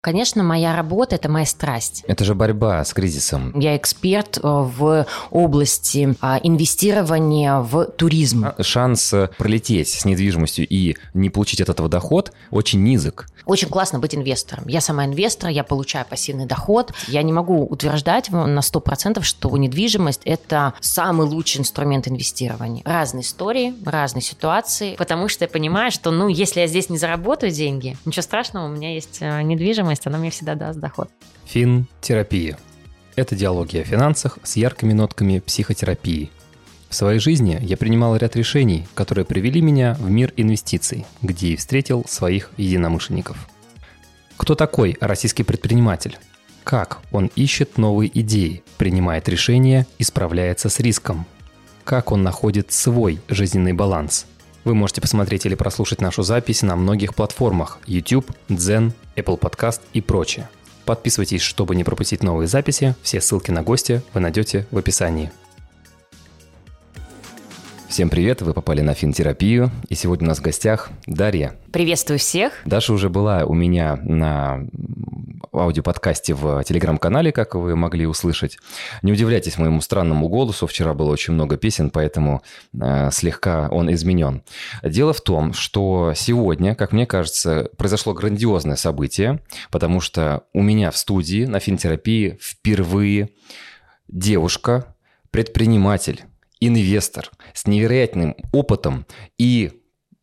Конечно, моя работа – это моя страсть. Это же борьба с кризисом. Я эксперт в области инвестирования в туризм. Шанс пролететь с недвижимостью и не получить от этого доход очень низок. Очень классно быть инвестором. Я сама инвестор, я получаю пассивный доход. Я не могу утверждать на 100%, что недвижимость – это самый лучший инструмент инвестирования. Разные истории, разные ситуации, потому что я понимаю, что, если я здесь не заработаю деньги, ничего страшного, у меня есть недвижимость, она мне всегда даст доход. Финтерапия. Это диалоги о финансах с яркими нотками психотерапии. В своей жизни я принимал ряд решений, которые привели меня в мир инвестиций, где и встретил своих единомышленников. Кто такой российский предприниматель? Как он ищет новые идеи, принимает решения и справляется с риском? Как он находит свой жизненный баланс? Вы можете посмотреть или прослушать нашу запись на многих платформах YouTube, Дзен, Apple Podcast и прочее. Подписывайтесь, чтобы не пропустить новые записи. Все ссылки на гостя вы найдете в описании. Всем привет, вы попали на Финтерапию, и сегодня у нас в гостях Дарья. Приветствую всех. Даша уже была у меня на аудиоподкасте в Телеграм-канале, как вы могли услышать. Не удивляйтесь моему странному голосу, вчера было очень много песен, поэтому слегка он изменен. Дело в том, что сегодня, как мне кажется, произошло грандиозное событие, потому что у меня в студии на Финтерапии впервые девушка, предприниматель, инвестор с невероятным опытом и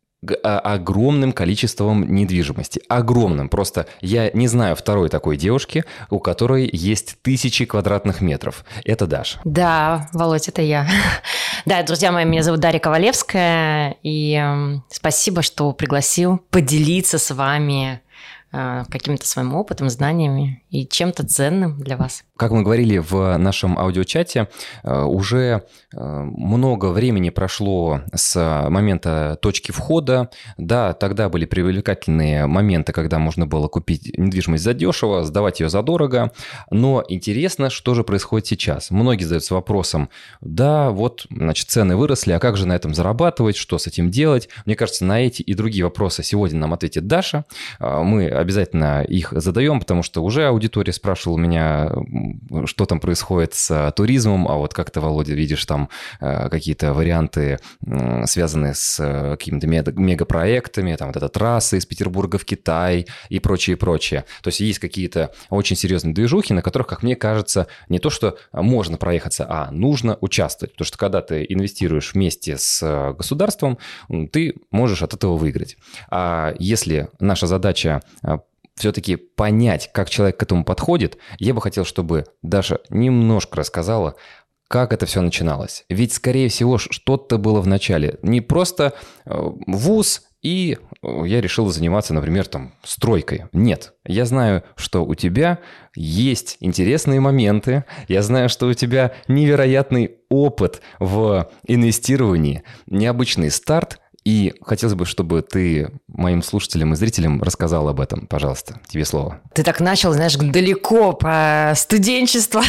огромным количеством недвижимости. Огромным. Просто я не знаю второй такой девушки, у которой есть 1000 квадратных метров. Это Даша. Да, Володь, это я. Да, друзья мои, меня зовут Дарья Ковалевская, и спасибо, что пригласил поделиться с вами каким-то своим опытом, знаниями и чем-то ценным для вас. Как мы говорили в нашем аудиочате, уже много времени прошло с момента точки входа. Да, тогда были привлекательные моменты, когда можно было купить недвижимость задешево, сдавать ее задорого. Но интересно, что же происходит сейчас. Многие задаются вопросом, да, вот, значит, цены выросли, а как же на этом зарабатывать, что с этим делать? Мне кажется, на эти и другие вопросы сегодня нам ответит Даша. Мы обязательно их задаем, потому что уже аудитория спрашивала меня, что там происходит с туризмом, а вот как ты, Володя, видишь там какие-то варианты, связанные с какими-то мегапроектами, там вот эта трасса из Петербурга в Китай и прочее, прочее. То есть есть какие-то очень серьезные движухи, на которых, как мне кажется, не то, что можно проехаться, а нужно участвовать. Потому что когда ты инвестируешь вместе с государством, ты можешь от этого выиграть. А если наша задача все-таки понять, как человек к этому подходит, я бы хотел, чтобы Даша немножко рассказала, как это все начиналось. Ведь, скорее всего, что-то было в начале. Не просто вуз, и я решил заниматься, например, там, стройкой. Нет, я знаю, что у тебя есть интересные моменты, я знаю, что у тебя невероятный опыт в инвестировании, необычный старт. И хотелось бы, чтобы ты моим слушателям и зрителям рассказал об этом. Пожалуйста, тебе слово. Ты так начал, знаешь, далеко про студенчество.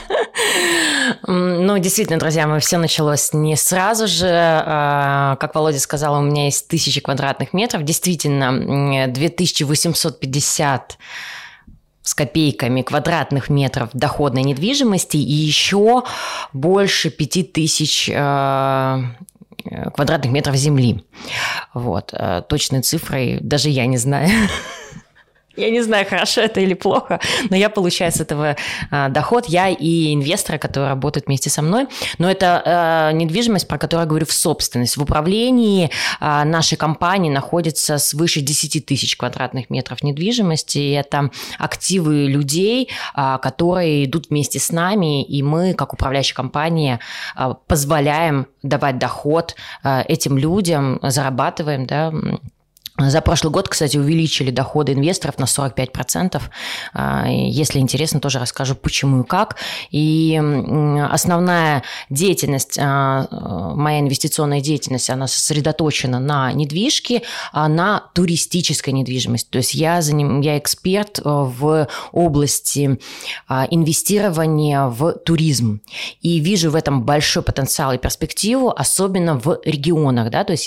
Ну, действительно, друзья мои, все началось не сразу же. Как Володя сказал, у меня есть 1000 квадратных метров. Действительно, 2850 с копейками квадратных метров доходной недвижимости и еще больше 5000 квадратных метров земли. Вот. Точной цифрой даже я не знаю. Я не знаю, хорошо это или плохо, но я получаю с этого доход. Я и инвесторы, которые работают вместе со мной. Но это недвижимость, про которую я говорю, в собственность. В управлении нашей компании находится свыше 10 000 квадратных метров недвижимости. И это активы людей, которые идут вместе с нами, и мы, как управляющая компания, позволяем давать доход этим людям, зарабатываем, да. За прошлый год, кстати, увеличили доходы инвесторов на 45%. Если интересно, тоже расскажу, почему и как. И основная деятельность, моя инвестиционная деятельность, она сосредоточена на недвижке, на туристической недвижимости. То есть я эксперт в области инвестирования в туризм. И вижу в этом большой потенциал и перспективу, особенно в регионах. Да? То есть есть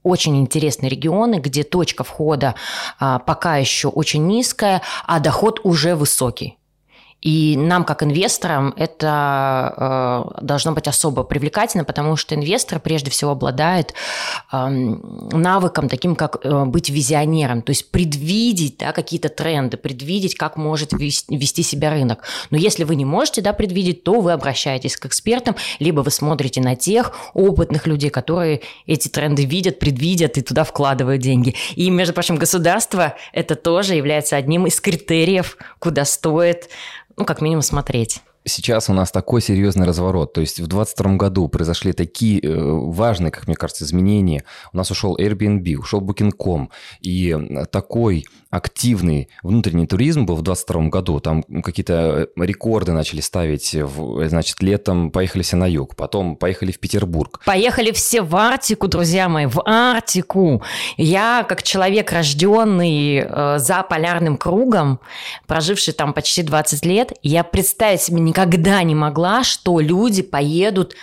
очень интересные регионы, где точка входа пока еще очень низкая, а доход уже высокий. И нам, как инвесторам, это должно быть особо привлекательно, потому что инвестор, прежде всего, обладает навыком таким, как быть визионером, то есть предвидеть, да, какие-то тренды, предвидеть, как может вести себя рынок. Но если вы не можете, да, предвидеть, то вы обращаетесь к экспертам, либо вы смотрите на тех опытных людей, которые эти тренды видят, предвидят и туда вкладывают деньги. И, между прочим, государство – это тоже является одним из критериев, куда стоит, как минимум, смотреть. Сейчас у нас такой серьезный разворот. То есть в 2022 году произошли такие важные, как мне кажется, изменения. У нас ушел Airbnb, ушел Booking.com. И такой активный внутренний туризм был в 2022 году. Там какие-то рекорды начали ставить. Значит, летом поехали все на юг, потом поехали в Петербург. Поехали все в Арктику, друзья мои, в Арктику. Я, как человек, рожденный за полярным кругом, проживший там почти 20 лет, я представить себе никогда не могла, что люди поедут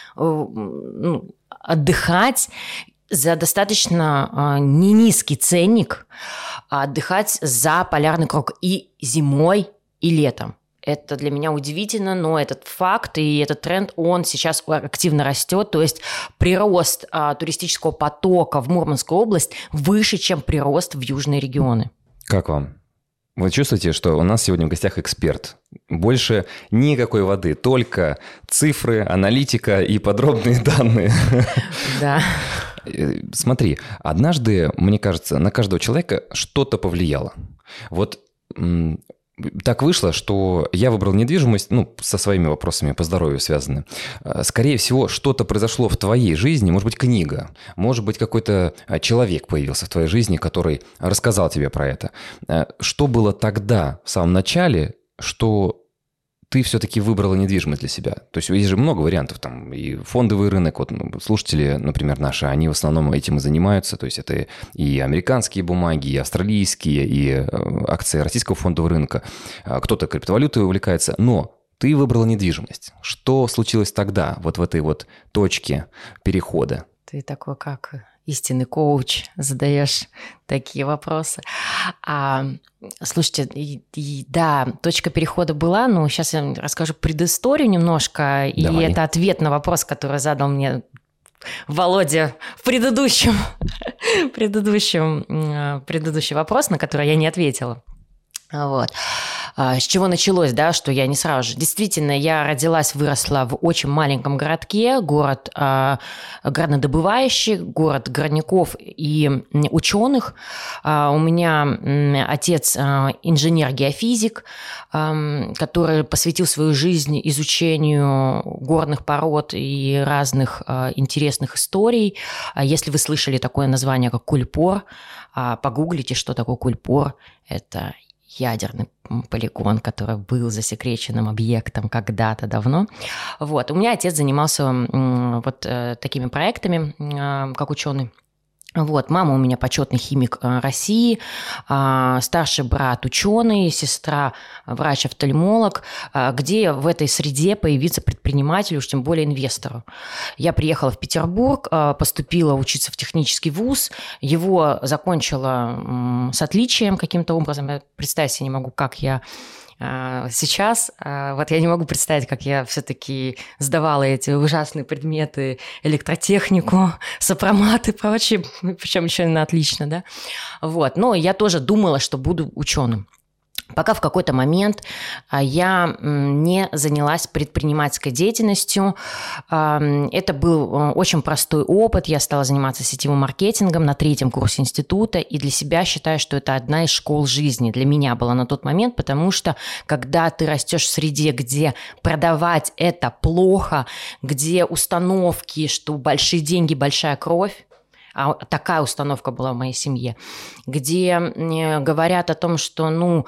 отдыхать за достаточно не низкий ценник, а отдыхать за полярный круг и зимой, и летом. Это для меня удивительно, но этот факт и этот тренд, он сейчас активно растет, то есть прирост туристического потока в Мурманскую область выше, чем прирост в южные регионы. Как вам? Вы чувствуете, что у нас сегодня в гостях эксперт? Больше никакой воды, только цифры, аналитика и подробные данные. Да. Смотри, однажды, мне кажется, на каждого человека что-то повлияло. Вот так вышло, что я выбрал недвижимость, со своими вопросами по здоровью связаны. Скорее всего, что-то произошло в твоей жизни, может быть, книга, может быть, какой-то человек появился в твоей жизни, который рассказал тебе про это. Что было тогда, в самом начале, что ты все-таки выбрала недвижимость для себя? То есть есть же много вариантов, там и фондовый рынок, вот слушатели, например, наши, они в основном этим и занимаются, то есть это и американские бумаги, и австралийские, и акции российского фондового рынка, кто-то криптовалютой увлекается, но ты выбрала недвижимость. Что случилось тогда, вот в этой вот точке перехода? Ты такой, как истинный коуч, задаешь такие вопросы. Слушайте, да, точка перехода была, но сейчас я расскажу предысторию немножко. Давай. И это ответ на вопрос, который задал мне Володя в предыдущий вопрос, на который я не ответила. Вот. С чего началось, да, что я не сразу же. Действительно, я родилась, выросла в очень маленьком городке, город горнодобывающий, город горняков и ученых. У меня отец инженер-геофизик, который посвятил свою жизнь изучению горных пород и разных интересных историй. Если вы слышали такое название, как кульпор, погуглите, что такое кульпор. Это ядерный полигон, который был засекреченным объектом когда-то давно. Вот. У меня отец занимался вот такими проектами, как ученый. Вот, мама у меня почетный химик России, старший брат ученый, сестра врач-офтальмолог. Где в этой среде появиться предпринимателю, уж тем более инвестору? Я приехала в Петербург, поступила учиться в технический вуз, его закончила с отличием каким-то образом. Я представить себе не могу, как я сейчас, вот я не могу представить, как я все-таки сдавала эти ужасные предметы, электротехнику, сопромат и прочее, причем еще и на отлично, да. Вот, но я тоже думала, что буду ученым. Пока в какой-то момент я не занялась предпринимательской деятельностью. Это был очень простой опыт. Я стала заниматься сетевым маркетингом на 3-м курсе института, и для себя считаю, что это одна из школ жизни. Для меня была на тот момент, потому что когда ты растешь в среде, где продавать это плохо, где установки, что большие деньги, большая кровь, а такая установка была в моей семье, где говорят о том, что,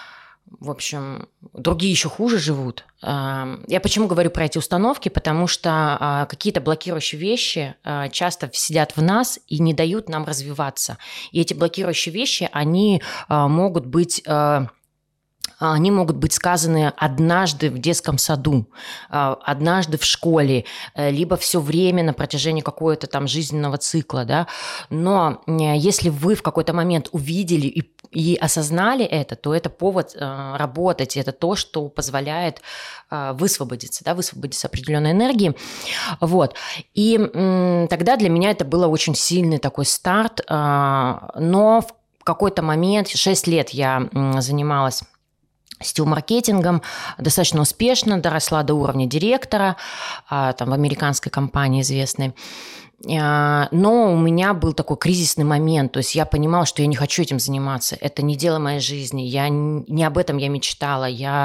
в общем, другие еще хуже живут. Я почему говорю про эти установки? Потому что какие-то блокирующие вещи часто сидят в нас и не дают нам развиваться. И эти блокирующие вещи, они могут быть они могут быть сказаны однажды в детском саду, однажды в школе, либо все время на протяжении какого-то там жизненного цикла, да. Но если вы в какой-то момент увидели и осознали это, то это повод работать, и это то, что позволяет высвободиться, да, высвободиться определенной энергии. Вот. И тогда для меня это был очень сильный такой старт, но в какой-то момент, 6 лет я занималась сетевым-маркетингом, достаточно успешно, доросла до уровня директора там, в американской компании известной. Но у меня был такой кризисный момент, то есть я понимала, что я не хочу этим заниматься, это не дело моей жизни, не об этом я мечтала,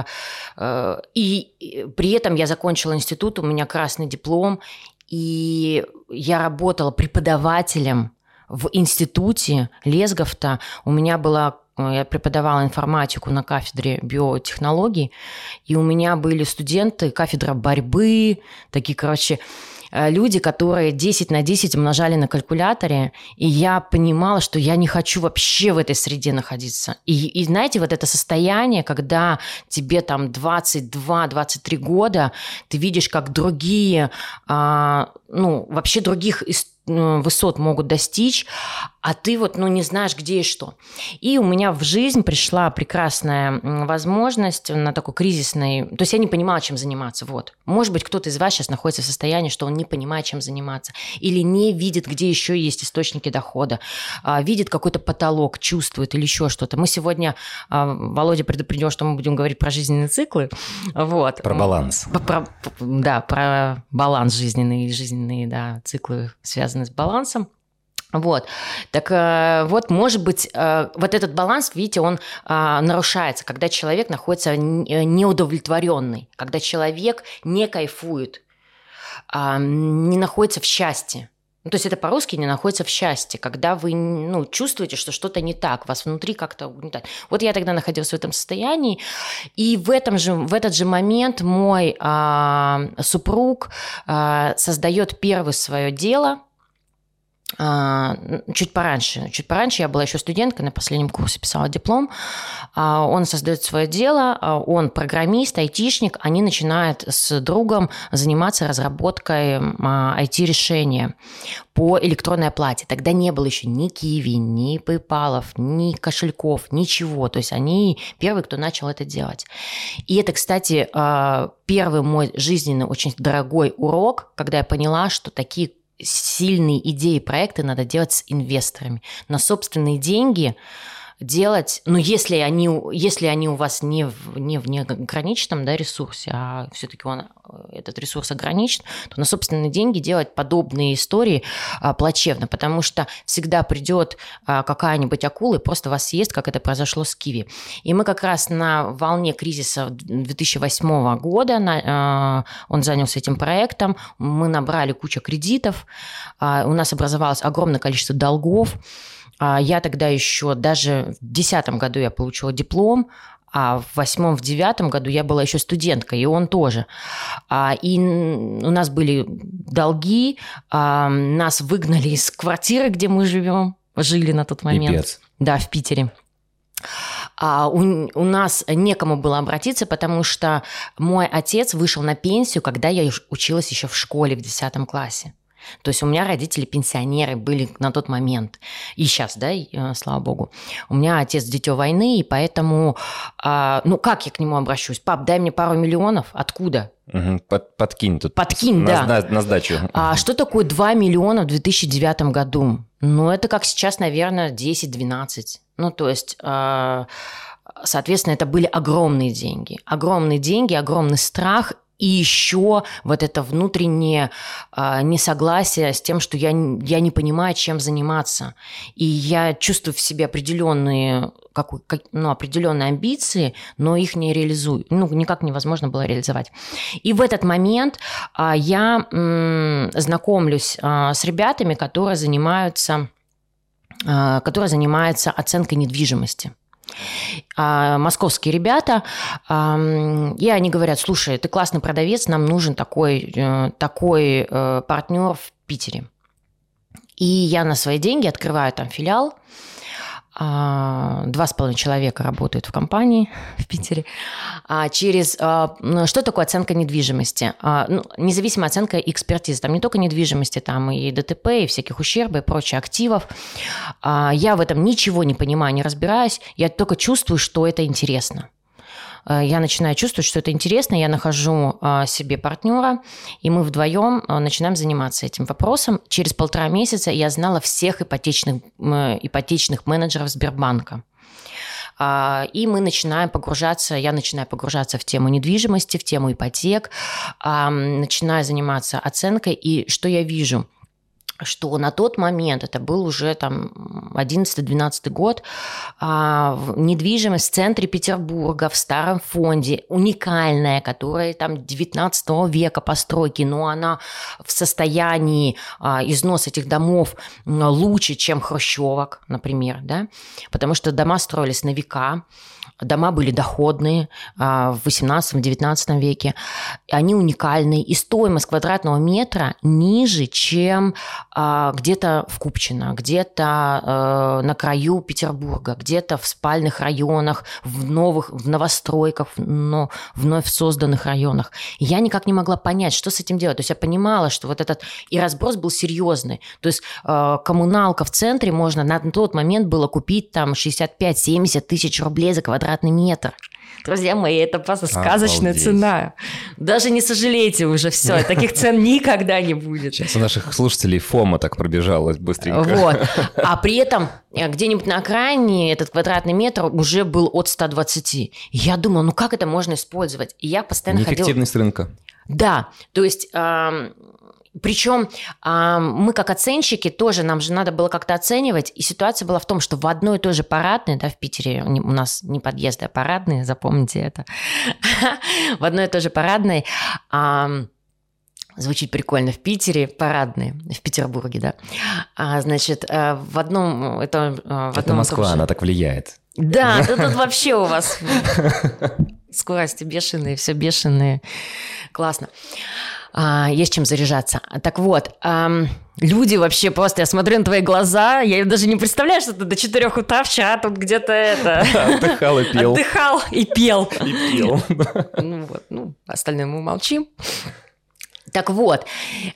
и при этом я закончила институт, у меня красный диплом, и я работала преподавателем в институте Лесговта, я преподавала информатику на кафедре биотехнологий, и у меня были студенты, кафедра борьбы, такие, люди, которые 10 на 10 умножали на калькуляторе, и я понимала, что я не хочу вообще в этой среде находиться. И знаете, вот это состояние, когда тебе там 22-23 года, ты видишь, как другие, вообще других высот могут достичь, а ты не знаешь, где и что. И у меня в жизнь пришла прекрасная возможность на такой кризисной... То есть я не понимала, чем заниматься. Вот. Может быть, кто-то из вас сейчас находится в состоянии, что он не понимает, чем заниматься, или не видит, где еще есть источники дохода, видит какой-то потолок, чувствует или еще что-то. Мы сегодня, Володя предупредил, что мы будем говорить про жизненные циклы. Вот. Про баланс. Про баланс жизненные циклы, связанные с балансом. Вот. Так вот, может быть, вот этот баланс, видите, он нарушается, когда человек находится неудовлетворенный, когда человек не кайфует, не находится в счастье. То есть это по-русски не находится в счастье, когда вы чувствуете, что что-то не так, вас внутри как-то не так. Вот я тогда находилась в этом состоянии, и в этот же момент мой супруг создает первое свое дело. Чуть пораньше я была еще студенткой, на последнем курсе писала диплом. Он создает свое дело, он программист, айтишник, они начинают с другом заниматься разработкой IT-решения по электронной оплате. Тогда не было еще ни Киви, ни PayPal, ни кошельков, ничего. То есть они первые, кто начал это делать. И это, кстати, первый мой жизненный очень дорогой урок, когда я поняла, что такие сильные идеи, проекты надо делать с инвесторами. На собственные деньги делать, если они у вас не в неограниченном ресурсе, а все-таки этот ресурс ограничен, то на собственные деньги делать подобные истории плачевно, потому что всегда придет какая-нибудь акула и просто вас съест, как это произошло с Киви. И мы как раз на волне кризиса 2008 года, он занялся этим проектом, мы набрали кучу кредитов, у нас образовалось огромное количество долгов. Я тогда еще, даже в 2010 году я получила диплом, а в 2008, в 2009 году я была еще студенткой, и он тоже. И у нас были долги, нас выгнали из квартиры, где мы жили на тот момент. Пипец. Да, в Питере. У нас некому было обратиться, потому что мой отец вышел на пенсию, когда я училась еще в школе в 10 классе. То есть у меня родители пенсионеры были на тот момент. И сейчас, слава богу. У меня отец дитё войны, и поэтому... как я к нему обращусь? Пап, дай мне пару миллионов. Откуда? Подкинь тут. Подкинь, да. На сдачу. Что такое 2 миллиона в 2009 году? Это как сейчас, наверное, 10-12. То есть... Соответственно, это были огромные деньги. Огромные деньги, огромный страх. И еще вот это внутреннее несогласие с тем, что я не понимаю, чем заниматься. И я чувствую в себе определенные амбиции, но их не реализую. Никак невозможно было реализовать. И в этот момент я знакомлюсь с ребятами, которые занимаются оценкой недвижимости. Московские ребята, и они говорят: слушай, ты классный продавец, нам нужен такой партнер в Питере. И я на свои деньги открываю там филиал, 2,5 человека работают в компании в Питере. Что такое оценка недвижимости? Независимая оценка и экспертиза. Там не только недвижимости, там и ДТП, и всяких ущербов, и прочих активов. Я в этом ничего не понимаю, не разбираюсь. Я только чувствую, что это интересно. Я начинаю чувствовать, что это интересно, я нахожу себе партнера, и мы вдвоем начинаем заниматься этим вопросом. Через 1,5 месяца я знала всех ипотечных менеджеров Сбербанка. И мы начинаем погружаться, я начинаю погружаться в тему недвижимости, в тему ипотек, начинаю заниматься оценкой, и что я вижу? Что на тот момент, это был уже там 11-12 год, недвижимость в центре Петербурга, в старом фонде, уникальная, которая там 19 века постройки, но она в состоянии, износ этих домов лучше, чем хрущевок, например, да? Потому что дома строились на века. Дома были доходные в 18-19 веке, они уникальные, и стоимость квадратного метра ниже, чем где-то в Купчино, где-то на краю Петербурга, где-то в спальных районах, в новостройках, но вновь созданных районах. И я никак не могла понять, что с этим делать. То есть я понимала, что вот этот и разброс был серьезный. То есть коммуналка в центре можно на тот момент было купить там 65-70 тысяч рублей за квадратный метр. Друзья мои, это просто сказочная цена. Даже не сожалейте уже, все, таких цен никогда не будет. Сейчас у наших слушателей ФОМа так пробежалась быстренько. Вот. А при этом где-нибудь на окраине этот квадратный метр уже был от 120. И я думала, ну как это можно использовать? И я постоянно ходила... Неэффективность рынка. Да, то есть... Причем мы как оценщики тоже, нам же надо было как-то оценивать, и ситуация была в том, что в одной и той же парадной, да, в Питере у нас не подъезды, а парадные, запомните это, в одной и той же парадной, звучит прикольно, в Питере парадные, в Петербурге, да, значит, в одном... Это Москва, она так влияет. Да, тут вообще у вас скорости бешеные, все бешеные, классно. Есть чем заряжаться. Так вот, люди вообще просто, я смотрю на твои глаза, я даже не представляю, что ты до 4 утра вчера тут где-то Отдыхал и пел. Отдыхал и пел. И пел. Ну вот, остальное мы молчим. Так вот,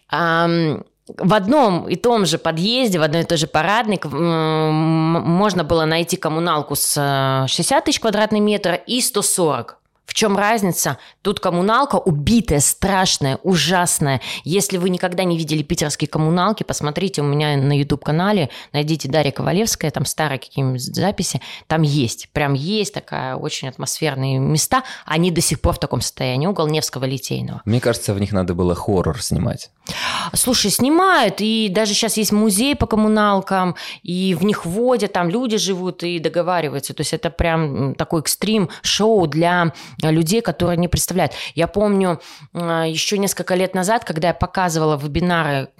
в одном и том же подъезде, в одной и той же парадной можно было найти коммуналку с 60 тысяч квадратный метр и 140. В чем разница? Тут коммуналка убитая, страшная, ужасная. Если вы никогда не видели питерские коммуналки, посмотрите у меня на YouTube-канале, найдите Дарья Ковалевская, там старые какие-нибудь записи, там есть, прям есть такая очень атмосферные места, они до сих пор в таком состоянии, угол Невского, Литейного. Мне кажется, в них надо было хоррор снимать. Слушай, снимают, и даже сейчас есть музей по коммуналкам, и в них водят, там люди живут и договариваются, то есть это прям такой экстрим-шоу для людей, которые не представляют. Я помню еще несколько лет назад, когда я показывала вебинары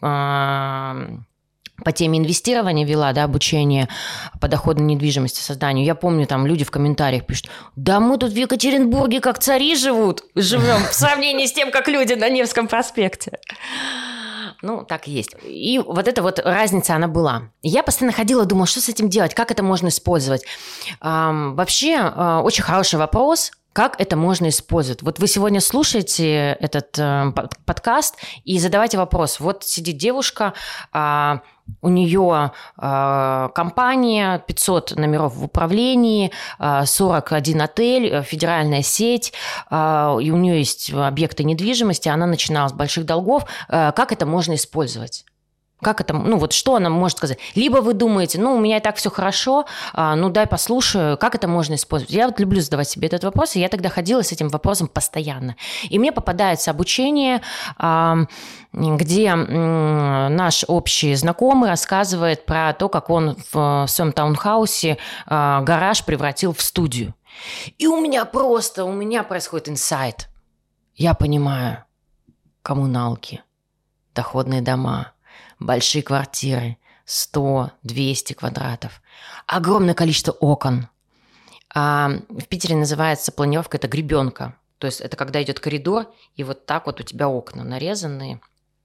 по теме инвестирования, вела, да, обучение по доходной недвижимости, созданию, я помню, там люди в комментариях пишут: да мы тут в Екатеринбурге как цари живем в сравнении с тем, как люди на Невском проспекте. Ну, так и есть. И вот эта вот разница, она была. Я постоянно ходила, думала, что с этим делать, как это можно использовать. Вообще, очень хороший вопрос, как это можно использовать. Вот вы сегодня слушаете этот подкаст и задавайте вопрос. Вот сидит девушка, у нее компания, 500 номеров в управлении, 41 отель, федеральная сеть, и у нее есть объекты недвижимости, она начинала с больших долгов. Как это можно использовать? Как это, вот что она может сказать? Либо вы думаете, у меня и так все хорошо, дай послушаю, как это можно использовать. Я вот люблю задавать себе этот вопрос, и я тогда ходила с этим вопросом постоянно. И мне попадается обучение, где наш общий знакомый рассказывает про то, как он в своем таунхаусе гараж превратил в студию. И у меня происходит инсайт. Я понимаю, коммуналки, доходные дома, большие квартиры, 100-200 квадратов, огромное количество окон. В Питере называется планировка, это гребенка. То есть это когда идет коридор, и вот так вот у тебя окна нарезанные.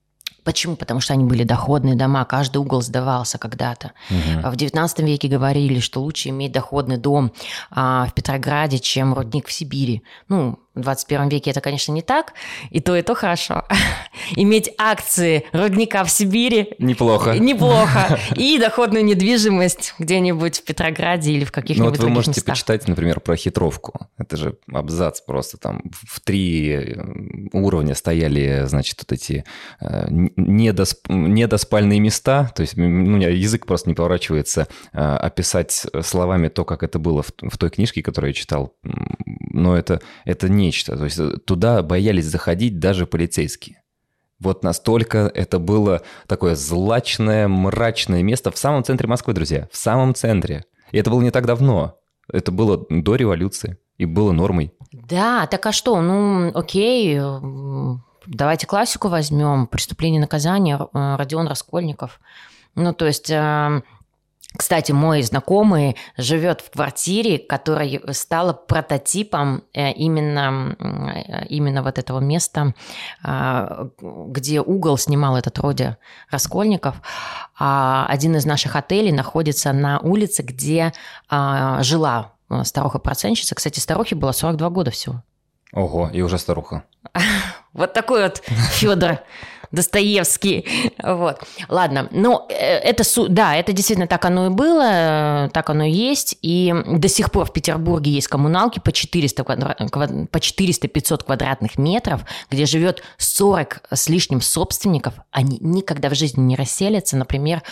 Почему? Потому что они были доходные дома, каждый угол сдавался когда-то. В 19 веке говорили, что лучше иметь доходный дом в Петрограде, чем рудник в Сибири. Ну, в 21 веке это, конечно, не так, и то хорошо. Иметь акции рудника в Сибири... Неплохо. Неплохо. И доходную недвижимость где-нибудь в Петрограде или в каких-нибудь других местах. Вы можете почитать, например, про хитровку. Это же абзац просто там в 3 уровня стояли, значит, вот эти недоспальные места. То есть у меня язык просто не поворачивается описать словами то, как это было в той книжке, которую я читал. Но это нечто. То есть туда боялись заходить даже полицейские. Вот настолько это было такое злачное, мрачное место в самом центре Москвы, друзья. В самом центре. И это было не так давно. Это было до революции. И было нормой. Да, так а что? Ну, окей. Давайте классику возьмем. «Преступление и наказание», Родион Раскольников. Ну, то есть... Кстати, мой знакомый живет в квартире, которая стала прототипом именно вот этого места, где угол снимал этот Родя Раскольников. Один из наших отелей находится на улице, где жила старуха-процентщица. Кстати, старухе было 42 года всего. Ого, и уже старуха. Вот такой вот Федор Достоевский. Вот. Ладно, но это действительно так оно и было, так оно и есть. И до сих пор в Петербурге есть коммуналки по 400-500 квадратных метров, где живет 40 с лишним собственников. Они никогда в жизни не расселятся. Например,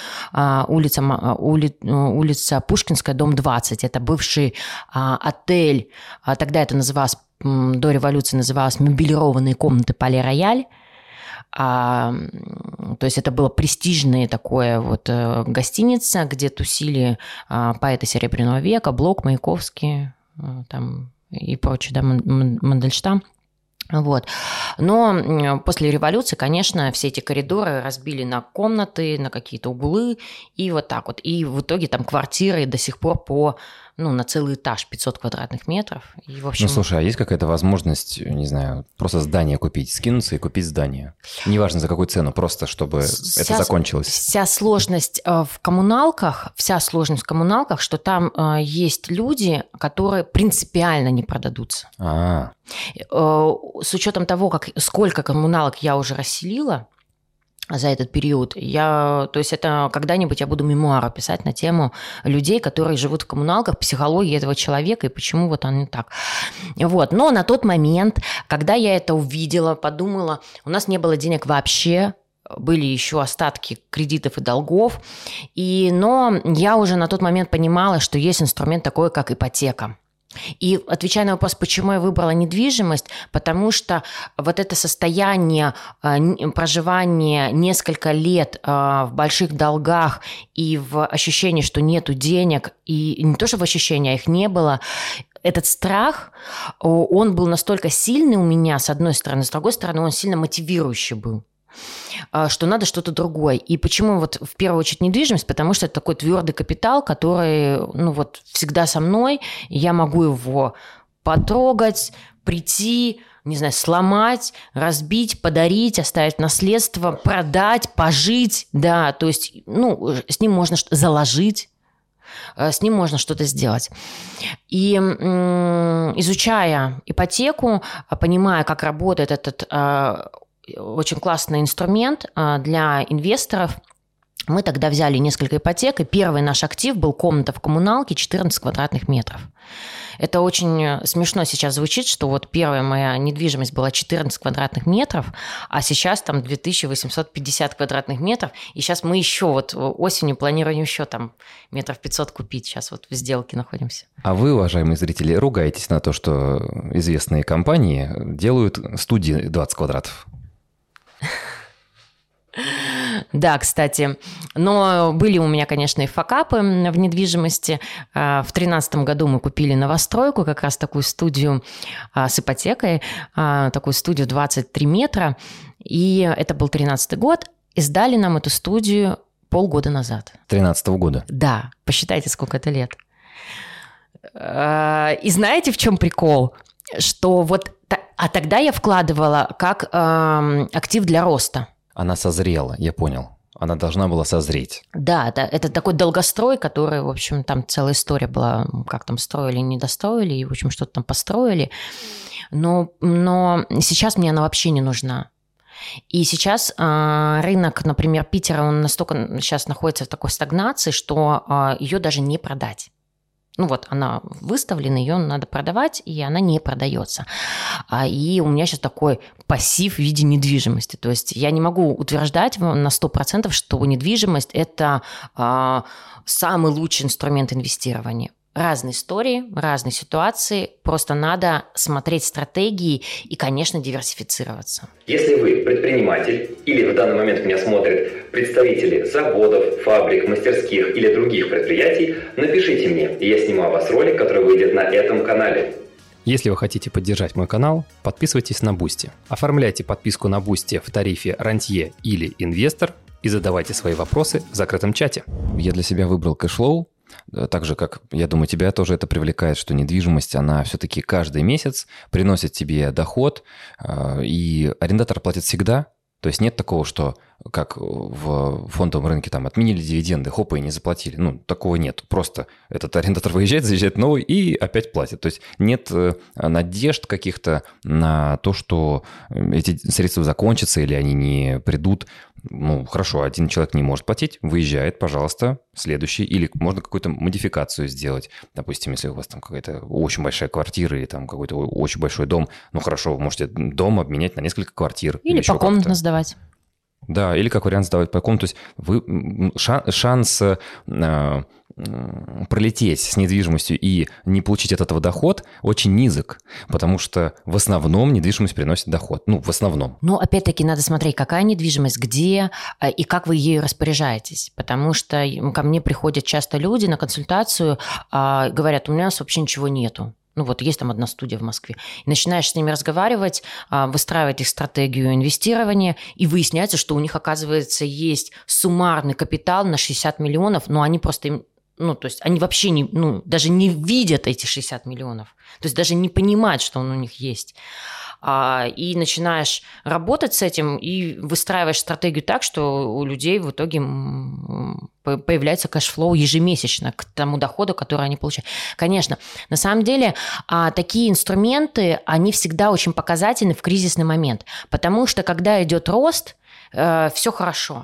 улица Пушкинская, дом 20. Это бывший отель. Тогда это называлось, до революции называлось «Мебелированные комнаты Пале Рояль». То есть это было престижная такое вот гостиница, где тусили поэты Серебряного века, Блок, Маяковский там, и прочее, да, Мандельштам. Вот. Но после революции, конечно, все эти коридоры разбили на комнаты, на какие-то углы, и вот так вот. И в итоге там квартиры до сих пор на целый этаж 500 квадратных метров. И, в общем... Ну, слушай, а есть какая-то возможность, не знаю, просто здание купить, скинуться и купить здание? Неважно, за какую цену, просто чтобы это закончилось. Вся сложность в коммуналках, что там есть люди, которые принципиально не продадутся. С учетом того, сколько коммуналок я уже расселила за этот период, то есть это когда-нибудь я буду мемуары писать на тему людей, которые живут в коммуналках, психологии этого человека и почему вот они так. Вот. Но на тот момент, когда я это увидела, подумала, у нас не было денег вообще, были еще остатки кредитов и долгов, но я уже на тот момент понимала, что есть инструмент такой, как ипотека. И отвечая на вопрос, почему я выбрала недвижимость, потому что вот это состояние проживания несколько лет в больших долгах и в ощущении, что нету денег, и не то, что в ощущении, а их не было, этот страх, он был настолько сильный у меня, с одной стороны, с другой стороны, он сильно мотивирующий был, что надо что-то другое. И почему вот в первую очередь недвижимость? Потому что это такой твердый капитал, который, всегда со мной, и я могу его потрогать, прийти, не знаю, сломать, разбить, подарить, оставить наследство, продать, пожить, да, то есть, с ним можно заложить, с ним можно что-то сделать. И изучая ипотеку, понимая, как работает этот очень классный инструмент для инвесторов, мы тогда взяли несколько ипотек, и первый наш актив был комната в коммуналке 14 квадратных метров. Это очень смешно сейчас звучит, что вот первая моя недвижимость была 14 квадратных метров, а сейчас там 2850 квадратных метров, и сейчас мы еще вот осенью планируем еще там метров 500 купить, сейчас вот в сделке находимся. А вы, уважаемые зрители, ругаетесь на то, что известные компании делают студии 20 квадратов? Да, кстати. Но были у меня, конечно, и факапы в недвижимости. В 2013 году мы купили новостройку, как раз такую студию с ипотекой, такую студию 23 метра. И это был 2013 год. И сдали нам эту студию полгода назад. 2013 года? Да. Посчитайте, сколько это лет. И знаете, в чем прикол? Что вот... А тогда я вкладывала как актив для роста. Она созрела, я понял. Она должна была созреть. Да, это такой долгострой, который, в общем, там целая история была, как там строили, не достроили, и, в общем, что-то там построили. Но сейчас мне она вообще не нужна. И сейчас рынок, например, Питера, он настолько сейчас находится в такой стагнации, что ее даже не продать. Ну вот, она выставлена, ее надо продавать, и она не продается. И у меня сейчас такой пассив в виде недвижимости. То есть я не могу утверждать на 100%, что недвижимость – это самый лучший инструмент инвестирования. Разные истории, разные ситуации. Просто надо смотреть стратегии и, конечно, диверсифицироваться. Если вы предприниматель или в данный момент меня смотрят представители заводов, фабрик, мастерских или других предприятий, напишите мне, и я сниму о вас ролик, который выйдет на этом канале. Если вы хотите поддержать мой канал, подписывайтесь на Boosty. Оформляйте подписку на Boosty в тарифе «Рантье» или «Инвестор» и задавайте свои вопросы в закрытом чате. Я для себя выбрал кэшфлоу. Так же, как, я думаю, тебя тоже это привлекает, что недвижимость, она все-таки каждый месяц приносит тебе доход, и арендатор платит всегда. То есть нет такого, что как в фондовом рынке там отменили дивиденды, хопа, и не заплатили. Ну, такого нет. Просто этот арендатор выезжает, заезжает новый и опять платит. То есть нет надежд каких-то на то, что эти средства закончатся или они не придут. Ну, хорошо, один человек не может платить, выезжает, пожалуйста, следующий. Или можно какую-то модификацию сделать. Допустим, если у вас там какая-то очень большая квартира или там какой-то очень большой дом, ну, хорошо, вы можете дом обменять на несколько квартир. Или покомнатно сдавать. Да, или как вариант сдавать по комнату. То есть шанс пролететь с недвижимостью и не получить от этого доход очень низок, потому что в основном недвижимость приносит доход. Ну, в основном. Ну, опять-таки, надо смотреть, какая недвижимость, где и как вы ею распоряжаетесь. Потому что ко мне приходят часто люди на консультацию, говорят, у меня вообще ничего нету. Ну вот есть там одна студия в Москве. И начинаешь с ними разговаривать, выстраивать их стратегию инвестирования, и выясняется, что у них, оказывается, есть суммарный капитал на 60 миллионов, но они просто, ну, то есть они вообще не, ну, даже не видят эти 60 миллионов. То есть даже не понимают, что он у них есть. И начинаешь работать с этим и выстраиваешь стратегию так, что у людей в итоге появляется кэшфлоу ежемесячно к тому доходу, который они получают. Конечно, на самом деле такие инструменты, они всегда очень показательны в кризисный момент, потому что когда идет рост, все хорошо.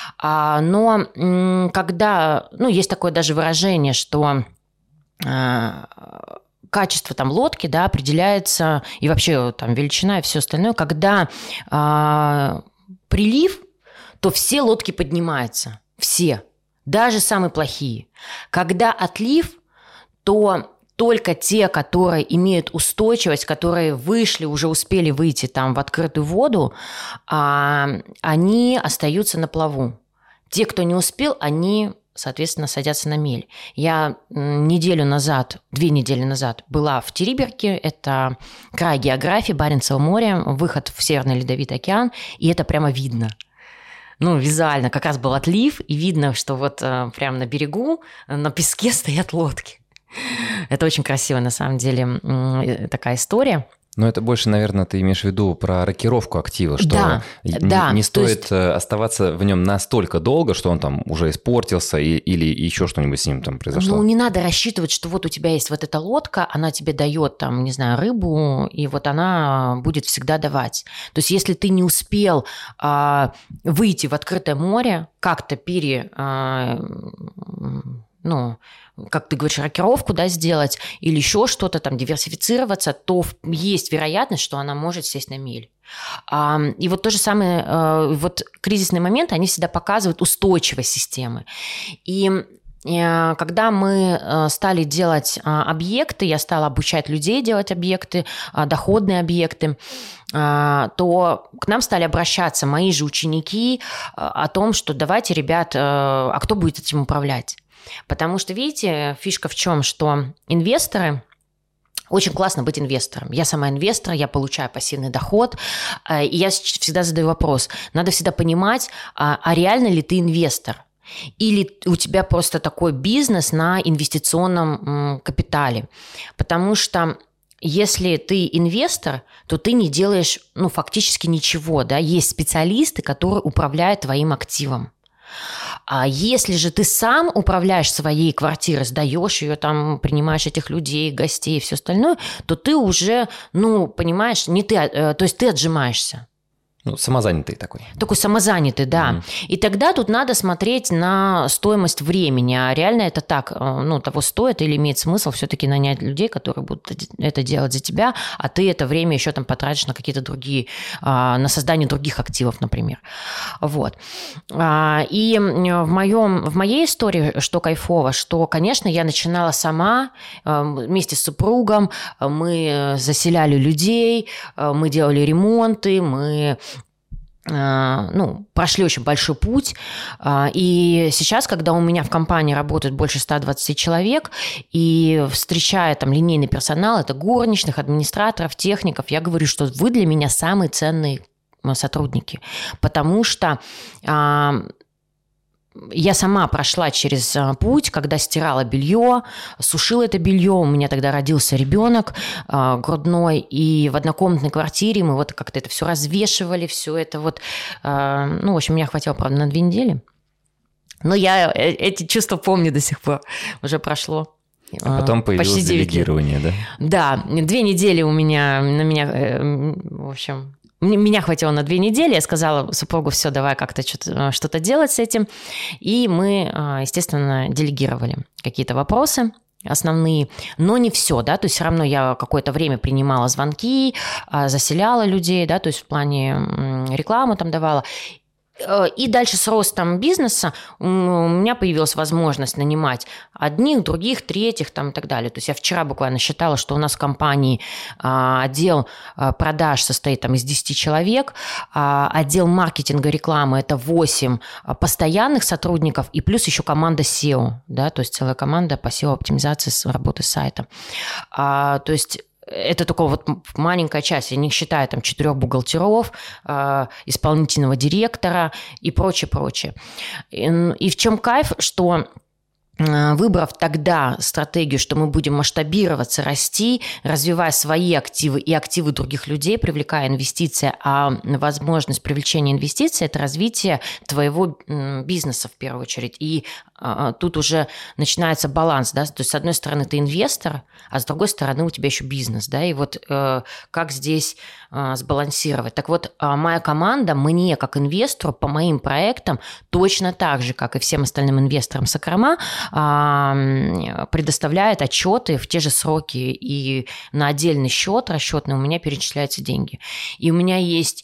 Но когда, ну, есть такое даже выражение, что качество там лодки, да, определяется, и вообще там величина и все остальное, когда прилив, то все лодки поднимаются, все, даже самые плохие. Когда отлив, то только те, которые имеют устойчивость, которые вышли, уже успели выйти там в открытую воду, они остаются на плаву. Те, кто не успел, они, соответственно, садятся на мель. Я 2 недели назад была в Териберке, это край географии, Баренцево море, выход в Северный Ледовитый океан, и это прямо видно. Ну, визуально как раз был отлив, и видно, что вот прямо на берегу, на песке стоят лодки. Это очень красиво, на самом деле, такая история. Но это больше, наверное, ты имеешь в виду про рокировку актива, что не стоит оставаться в нем настолько долго, что он там уже испортился или еще что-нибудь с ним там произошло. Ну, не надо рассчитывать, что вот у тебя есть вот эта лодка, она тебе дает там, не знаю, рыбу, и вот она будет всегда давать. То есть если ты не успел выйти в открытое море, как-то как ты говоришь, рокировку, да, сделать или еще что-то там, диверсифицироваться, то есть вероятность, что она может сесть на мель. И вот то же самое, вот кризисные моменты, они всегда показывают устойчивость системы. И когда мы стали делать объекты, я стала обучать людей делать объекты, доходные объекты, то к нам стали обращаться мои же ученики о том, что давайте, ребят, а кто будет этим управлять? Потому что, видите, фишка в чем, что инвесторы, очень классно быть инвестором. Я сама инвестор, я получаю пассивный доход, и я всегда задаю вопрос. Надо всегда понимать, а реально ли ты инвестор? Или у тебя просто такой бизнес на инвестиционном капитале? Потому что если ты инвестор, то ты не делаешь, фактически ничего, да, есть специалисты, которые управляют твоим активом. А если же ты сам управляешь своей квартирой, сдаешь ее, там, принимаешь этих людей, гостей и все остальное, то ты уже, понимаешь, то есть ты отжимаешься. Самозанятый такой. Такой самозанятый, да. И тогда тут надо смотреть на стоимость времени. А реально это так, того стоит или имеет смысл все-таки нанять людей, которые будут это делать за тебя, а ты это время еще там потратишь на какие-то другие, на создание других активов, например. Вот. И в моей истории, что кайфово, что, конечно, я начинала сама вместе с супругом, мы заселяли людей, мы делали ремонты, мы прошли очень большой путь. И сейчас, когда у меня в компании работает больше 120 человек, и встречая там линейный персонал, это горничных, администраторов, техников, я говорю, что вы для меня самые ценные сотрудники, потому что я сама прошла через путь, когда стирала белье, сушила это белье. У меня тогда родился ребенок грудной, и в однокомнатной квартире мы вот как-то это все развешивали, все это вот. В общем, меня хватило, правда, на 2 недели. Но я эти чувства помню до сих пор. Уже прошло. А потом появилось делегирование, да? Да, 2 недели на меня, в общем... Меня хватило на 2 недели, я сказала супругу, все, давай как-то что-то делать с этим. И мы, естественно, делегировали какие-то вопросы основные, но не все, да, то есть все равно я какое-то время принимала звонки, заселяла людей, да, то есть в плане рекламу там давала. И дальше с ростом бизнеса у меня появилась возможность нанимать одних, других, третьих там, и так далее. То есть я вчера буквально считала, что у нас в компании отдел продаж состоит там из 10 человек, отдел маркетинга, рекламы – это 8 постоянных сотрудников и плюс еще команда SEO, да, то есть целая команда по SEO-оптимизации работы сайта. То есть это только вот маленькая часть, я не считаю там 4 бухгалтеров, исполнительного директора и прочее. И в чем кайф, что выбрав тогда стратегию, что мы будем масштабироваться, расти, развивая свои активы и активы других людей, привлекая инвестиции, а возможность привлечения инвестиций – это развитие твоего бизнеса в первую очередь. И тут уже начинается баланс, да, то есть с одной стороны ты инвестор, а с другой стороны у тебя еще бизнес, да, и вот как здесь сбалансировать. Так вот, моя команда мне, как инвестору, по моим проектам, точно так же, как и всем остальным инвесторам Сакрома, предоставляет отчеты в те же сроки, и на отдельный счет расчетный у меня перечисляются деньги. И у меня есть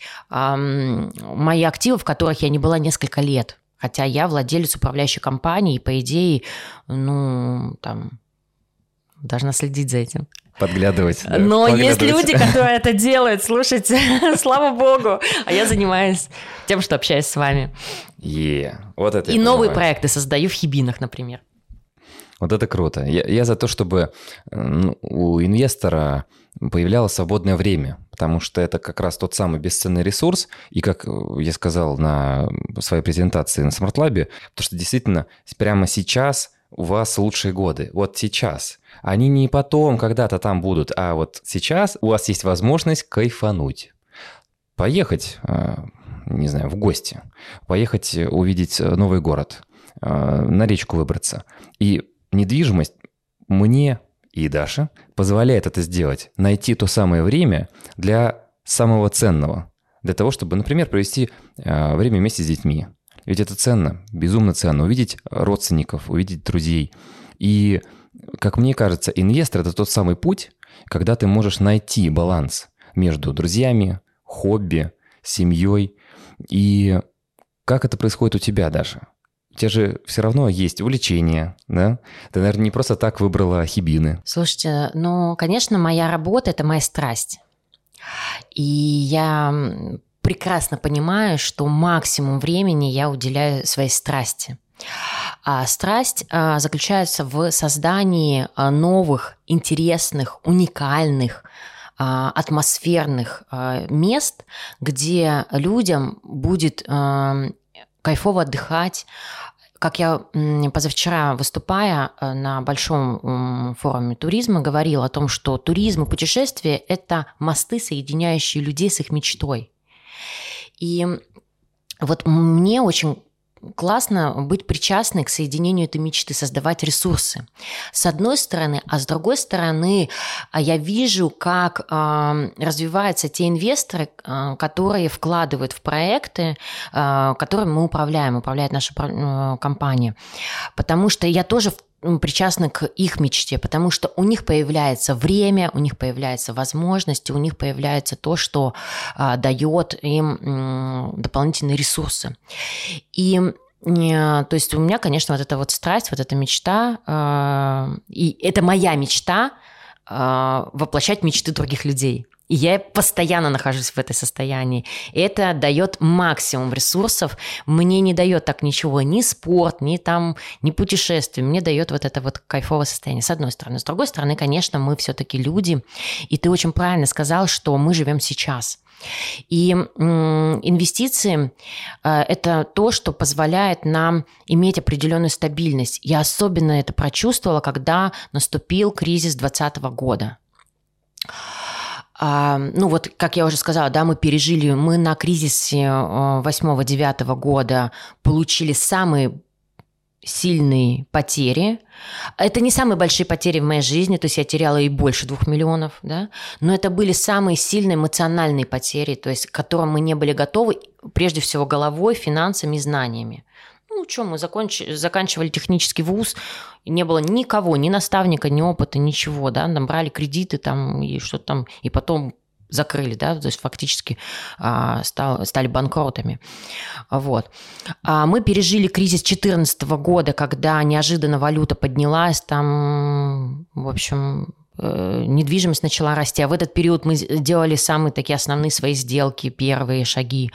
мои активы, в которых я не была несколько лет, хотя я владелец управляющей компании, и, по идее, должна следить за этим. Подглядывать. Да, но есть люди, которые это делают, слушайте, слава богу, а я занимаюсь тем, что общаюсь с вами. Вот это и новые проекты создаю в Хибинах, например. Вот это круто. Я за то, чтобы у инвестора появлялось свободное время, потому что это как раз тот самый бесценный ресурс. И как я сказал на своей презентации на SmartLab, потому что действительно прямо сейчас у вас лучшие годы. Вот сейчас. Они не потом когда-то там будут, а вот сейчас у вас есть возможность кайфануть. Поехать, не знаю, в гости. Поехать увидеть новый город. На речку выбраться. И недвижимость мне и Даше позволяет это сделать. Найти то самое время для самого ценного. Для того, чтобы, например, провести время вместе с детьми. Ведь это ценно, безумно ценно. Увидеть родственников, увидеть друзей. И, как мне кажется, инвестор – это тот самый путь, когда ты можешь найти баланс между друзьями, хобби, семьей. И как это происходит у тебя, Даша? У тебя же все равно есть увлечения, да? Ты, наверное, не просто так выбрала Хибины. Слушайте, конечно, моя работа – это моя страсть. И я прекрасно понимаю, что максимум времени я уделяю своей страсти. А страсть заключается в создании новых, интересных, уникальных, атмосферных мест, где людям будет кайфово отдыхать, как я позавчера, выступая на большом форуме туризма, говорила о том, что туризм и путешествия – это мосты, соединяющие людей с их мечтой. И вот мне очень классно быть причастной к соединению этой мечты, создавать ресурсы. С одной стороны, а с другой стороны, я вижу, как развиваются те инвесторы, которые вкладывают в проекты, которыми мы управляет наша компания. Потому что я тоже причастны к их мечте, потому что у них появляется время, у них появляются возможности, у них появляется то, что дает им дополнительные ресурсы. И то есть у меня, конечно, вот эта вот страсть, вот эта мечта, и это моя мечта воплощать мечты других людей. И я постоянно нахожусь в этой состоянии. И это дает максимум ресурсов. Мне не дает так ничего, ни спорт, ни путешествие. Мне дает вот это вот кайфовое состояние, с одной стороны. С другой стороны, конечно, мы все-таки люди. И ты очень правильно сказал, что мы живем сейчас. И инвестиции – это то, что позволяет нам иметь определенную стабильность. Я особенно это прочувствовала, когда наступил кризис 2020 года. Ну вот, как я уже сказала, да, мы на кризисе 8-9 года получили самые сильные потери. Это не самые большие потери в моей жизни, то есть я теряла и больше 2 миллионов, да, но это были самые сильные эмоциональные потери, то есть к которым мы не были готовы, прежде всего головой, финансами и знаниями. Ну, что, мы заканчивали технический вуз, и не было никого, ни наставника, ни опыта, ничего, да, нам брали кредиты там и что-то там, и потом закрыли, да, то есть фактически стали банкротами. Вот. Мы пережили кризис 2014 года, когда неожиданно валюта поднялась, там, в общем, недвижимость начала расти, а в этот период мы делали самые такие основные свои сделки, первые шаги.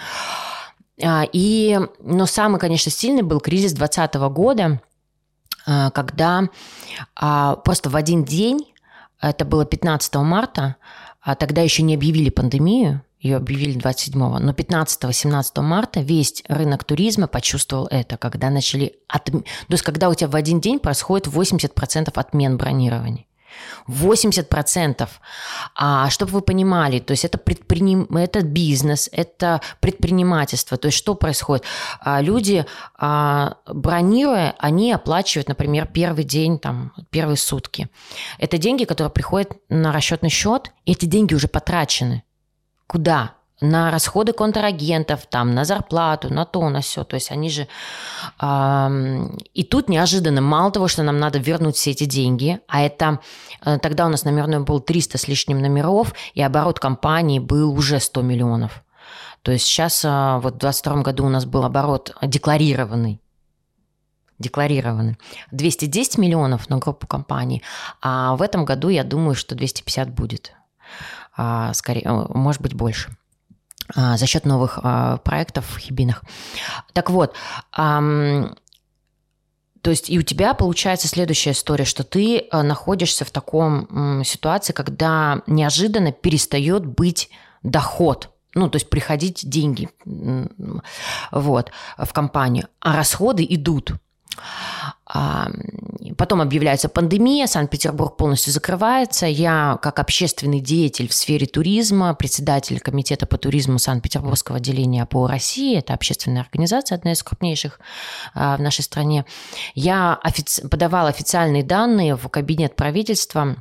Но самый, конечно, сильный был кризис 2020 года, когда просто в один день, это было 15 марта, тогда еще не объявили пандемию, ее объявили 27-го, но 15-17 марта весь рынок туризма почувствовал это, когда начали... То есть когда у тебя в один день происходит 80% отмен бронирований. 80%. Чтобы вы понимали, то есть это бизнес, это предпринимательство. То есть что происходит? Люди, бронируя, они оплачивают, например, первый день, там, первые сутки. Это деньги, которые приходят на расчетный счет, и эти деньги уже потрачены. Куда? На расходы контрагентов, там, на зарплату, на то, на сё. То есть они же... И тут неожиданно, мало того, что нам надо вернуть все эти деньги, а это... Тогда у нас номерной был 300 с лишним номеров, и оборот компании был уже 100 миллионов. То есть сейчас, вот в 2022 году у нас был оборот декларированный. 210 миллионов на группу компаний, а в этом году, я думаю, что 250 будет. Скорее, может быть, больше. За счет новых проектов в Хибинах. Так вот, то есть и у тебя получается следующая история, что ты находишься в таком ситуации, когда неожиданно перестает быть доход, ну, то есть приходить деньги вот, в компанию, а расходы идут. Потом объявляется пандемия, Санкт-Петербург полностью закрывается. Я, как общественный деятель в сфере туризма, председатель комитета по туризму Санкт-Петербургского отделения по России, это общественная организация, одна из крупнейших в нашей стране, я подавала официальные данные в кабинет правительства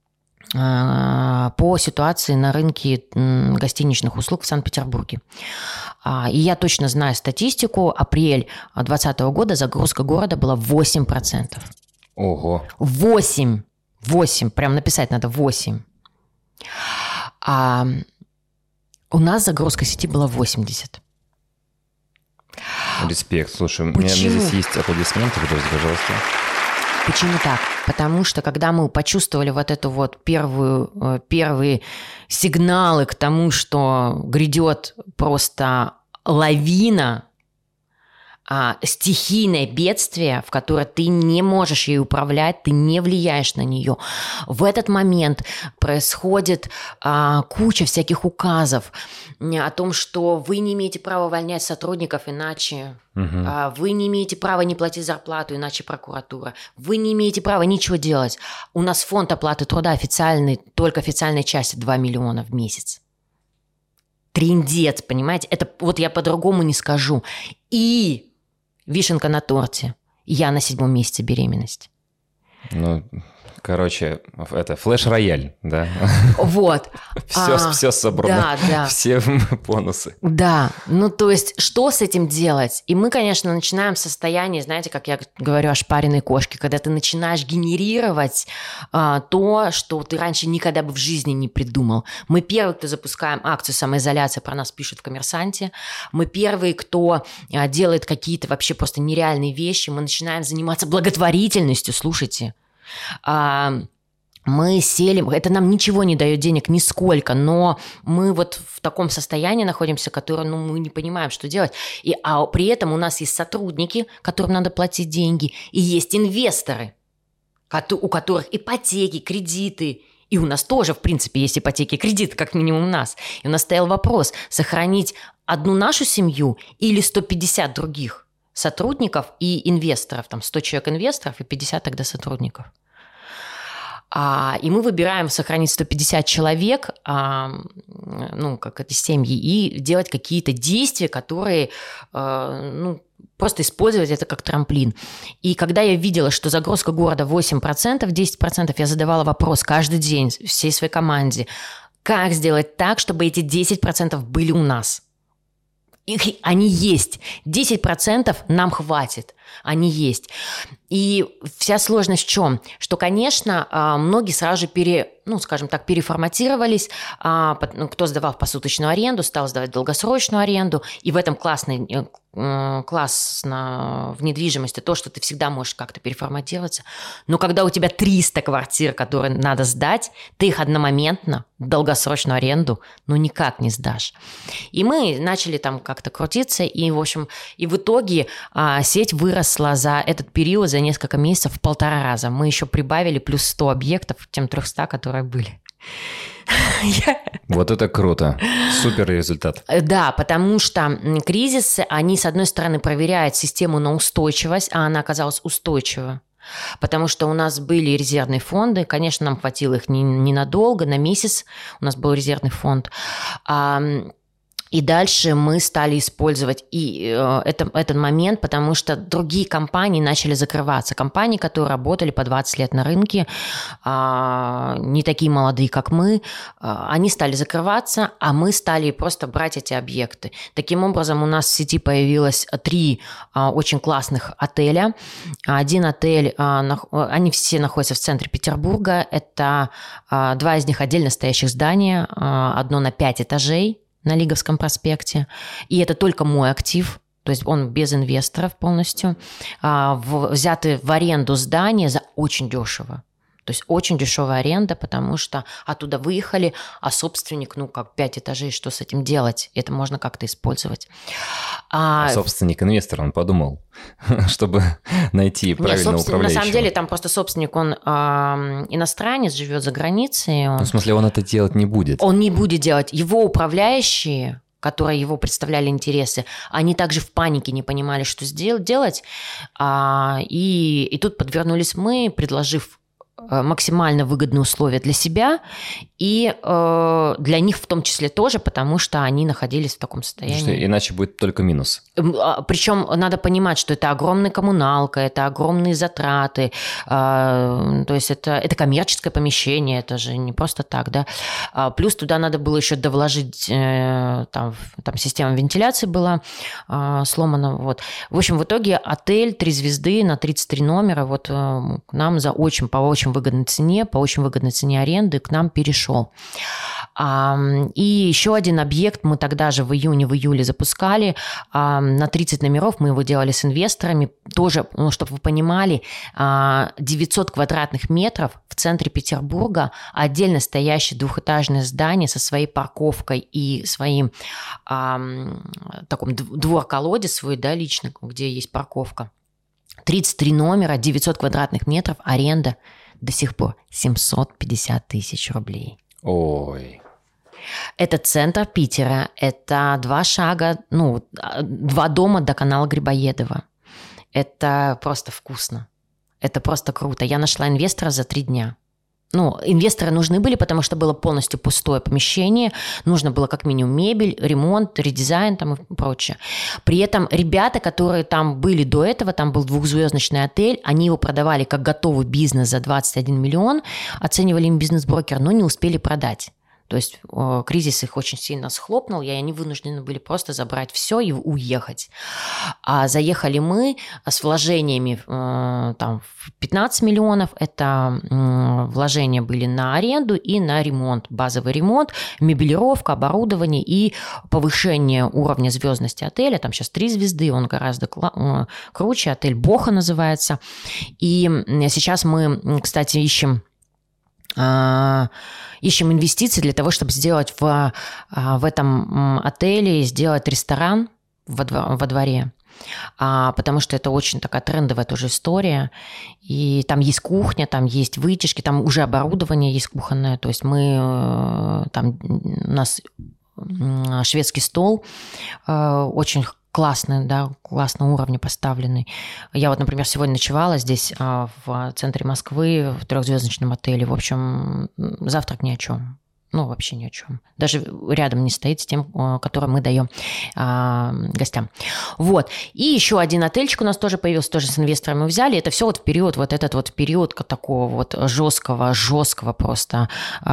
по ситуации на рынке гостиничных услуг в Санкт-Петербурге. И я точно знаю статистику. Апрель 2020 года загрузка города была 8%. Ого. 8. Прям написать надо 8. А у нас загрузка сети была 80. Респект. Слушай, у меня здесь есть аплодисменты, пожалуйста. Почему так? Потому что когда мы почувствовали вот эту вот первые сигналы к тому, что грядет просто лавина, стихийное бедствие, в которое ты не можешь ей управлять, ты не влияешь на нее. В этот момент происходит куча всяких указов о том, что вы не имеете права увольнять сотрудников, иначе вы не имеете права не платить зарплату, иначе прокуратура. Вы не имеете права ничего делать. У нас фонд оплаты труда официальный, только официальной части 2 миллиона в месяц. Трындец, понимаете? Это вот я по-другому не скажу. И вишенка на торте. Я на 7-м месяце беременности. Ну, короче, это флеш-рояль, да? Вот. Все собрано. Да. Все бонусы. Да. Ну, то есть, что с этим делать? И мы, конечно, начинаем в состоянии, знаете, как я говорю, ошпаренной кошки, когда ты начинаешь генерировать то, что ты раньше никогда бы в жизни не придумал. Мы первые, кто запускаем акцию самоизоляции, про нас пишут в «Коммерсанте». Мы первые, кто делает какие-то вообще просто нереальные вещи. Мы начинаем заниматься благотворительностью, слушайте. Мы сели, это нам ничего не дает денег нисколько, но мы вот в таком состоянии находимся, которое, мы не понимаем, что делать. А при этом у нас есть сотрудники, которым надо платить деньги, и есть инвесторы, у которых ипотеки, кредиты. И у нас тоже, в принципе, есть ипотеки и кредиты, как минимум у нас. И у нас стоял вопрос, сохранить одну нашу семью или 150 других сотрудников и инвесторов, там 100 человек инвесторов и 50 тогда сотрудников. И мы выбираем сохранить 150 человек, как это семьи, и делать какие-то действия, которые, просто использовать это как трамплин. И когда я видела, что загрузка города 8%, 10%, я задавала вопрос каждый день всей своей команде, как сделать так, чтобы эти 10% были у нас. Они есть. 10% нам хватит. Они есть. И вся сложность в чем? Что, конечно, многие сразу же переформатировались. Кто сдавал в посуточную аренду, стал сдавать долгосрочную аренду. И в этом классно в недвижимости то, что ты всегда можешь как-то переформатироваться. Но когда у тебя 300 квартир, которые надо сдать, ты их одномоментно в долгосрочную аренду никак не сдашь. И мы начали там как-то крутиться, и в итоге сеть выросла за этот период, за несколько месяцев в 1,5 раза. Мы еще прибавили плюс 100 объектов к тем 300, которые были. Вот это круто. Супер результат. Да, потому что кризисы, они, с одной стороны, проверяют систему на устойчивость, а она оказалась устойчива. Потому что у нас были резервные фонды, конечно, нам хватило их ненадолго, на месяц у нас был резервный фонд. И дальше мы стали использовать этот момент, потому что другие компании начали закрываться. Компании, которые работали по 20 лет на рынке, не такие молодые, как мы, они стали закрываться, а мы стали просто брать эти объекты. Таким образом, у нас в сети появилось 3 очень классных отеля. Один отель, они все находятся в центре Петербурга. Это 2 из них отдельно стоящих здания, одно на 5 этажей, на Лиговском проспекте. И это только мой актив, то есть он без инвесторов полностью. Взяты в аренду здания за очень дешево. То есть очень дешевая аренда, потому что оттуда выехали, а собственник, 5 этажей, что с этим делать? Это можно как-то использовать. Собственник-инвестор, он подумал, чтобы найти правильного управляющего. На самом деле там просто собственник, он иностранец, живет за грацей. В смысле, он это делать не будет? Он не будет делать. Его управляющие, которые его представляли интересы, они также в панике не понимали, что делать. И тут подвернулись мы, предложив максимально выгодные условия для себя и для них в том числе тоже, потому что они находились в таком состоянии. Что, иначе будет только минус. Причем надо понимать, что это огромная коммуналка, это огромные затраты, то есть это коммерческое помещение, это же не просто так, да. Плюс туда надо было еще довложить, там система вентиляции была сломана, вот. В общем, в итоге отель 3 звезды на 33 номера, вот нам по очень очень выгодной цене, по очень выгодной цене аренды к нам перешел. И еще один объект мы тогда же в июне-июле запускали на 30 номеров, мы его делали с инвесторами, тоже, чтобы вы понимали, 900 квадратных метров в центре Петербурга, отдельно стоящее двухэтажное здание со своей парковкой и своим таком двор-колодец свой, да, лично, где есть парковка. 33 номера, 900 квадратных метров, аренда до сих пор 750 тысяч рублей. Ой. Это центр Питера, это 2 шага, 2 дома до канала Грибоедова. Это просто вкусно, это просто круто. Я нашла инвестора за 3 дня. Инвесторы нужны были, потому что было полностью пустое помещение, нужно было как минимум мебель, ремонт, редизайн там и прочее. При этом ребята, которые там были до этого, там был 2-звездочный отель, они его продавали как готовый бизнес за 21 миллион, оценивали им бизнес-брокер, но не успели продать. То есть кризис их очень сильно схлопнул, и они вынуждены были просто забрать все и уехать. А заехали мы с вложениями там, в 15 миллионов. Это вложения были на аренду и на ремонт, базовый ремонт, мебелировка, оборудование и повышение уровня звездности отеля. Там сейчас 3 звезды, он гораздо круче. Отель Боха называется. И сейчас мы, кстати, ищем инвестиции для того, чтобы сделать в этом отеле, сделать ресторан во дворе, потому что это очень такая трендовая тоже история. И там есть кухня, там есть вытяжки, там уже оборудование есть кухонное. То есть у нас шведский стол очень классный, да, классного уровня поставленный. Я вот, например, сегодня ночевала здесь, в центре Москвы, в 3-звездочном отеле. В общем, завтрак ни о чем. Вообще ни о чем. Даже рядом не стоит с тем, который мы даем гостям. Вот. И еще один отельчик у нас тоже появился, тоже с инвестором мы взяли. Это все в период, этот период такого жесткого просто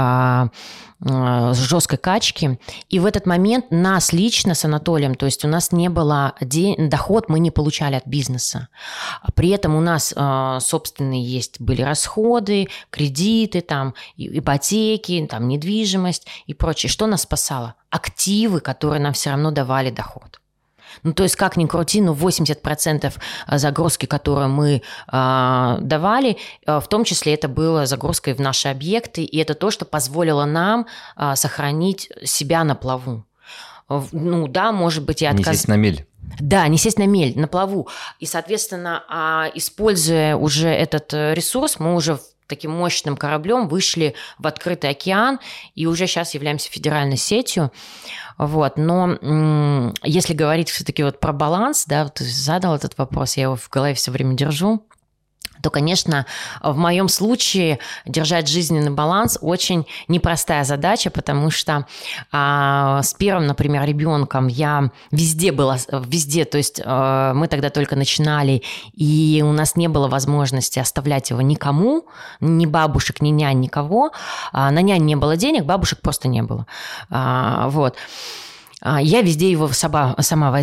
жесткой качки. И в этот момент нас лично с Анатолием, то есть у нас не было доход, мы не получали от бизнеса. При этом у нас собственные были расходы, кредиты, там, ипотеки, там, недвижимость и прочее. Что нас спасало? Активы, которые нам все равно давали доход. То есть, как ни крути, 80% загрузки, которые мы давали, в том числе это было загрузкой в наши объекты, и это то, что позволило нам сохранить себя на плаву. Да, может быть, и отказ... Не сесть на мель. Да, не сесть на мель, на плаву. И, соответственно, используя уже этот ресурс, мы уже таким мощным кораблем вышли в открытый океан и уже сейчас являемся федеральной сетью. Вот. Но если говорить все-таки про баланс, да, ты задал этот вопрос, я его в голове все время держу, то, конечно, в моем случае держать жизненный баланс очень непростая задача, потому что с первым, например, ребенком я везде была, то есть мы тогда только начинали, и у нас не было возможности оставлять его никому, ни бабушек, ни нянь, никого. На нянь не было денег, бабушек просто не было. Вот. Я везде его сама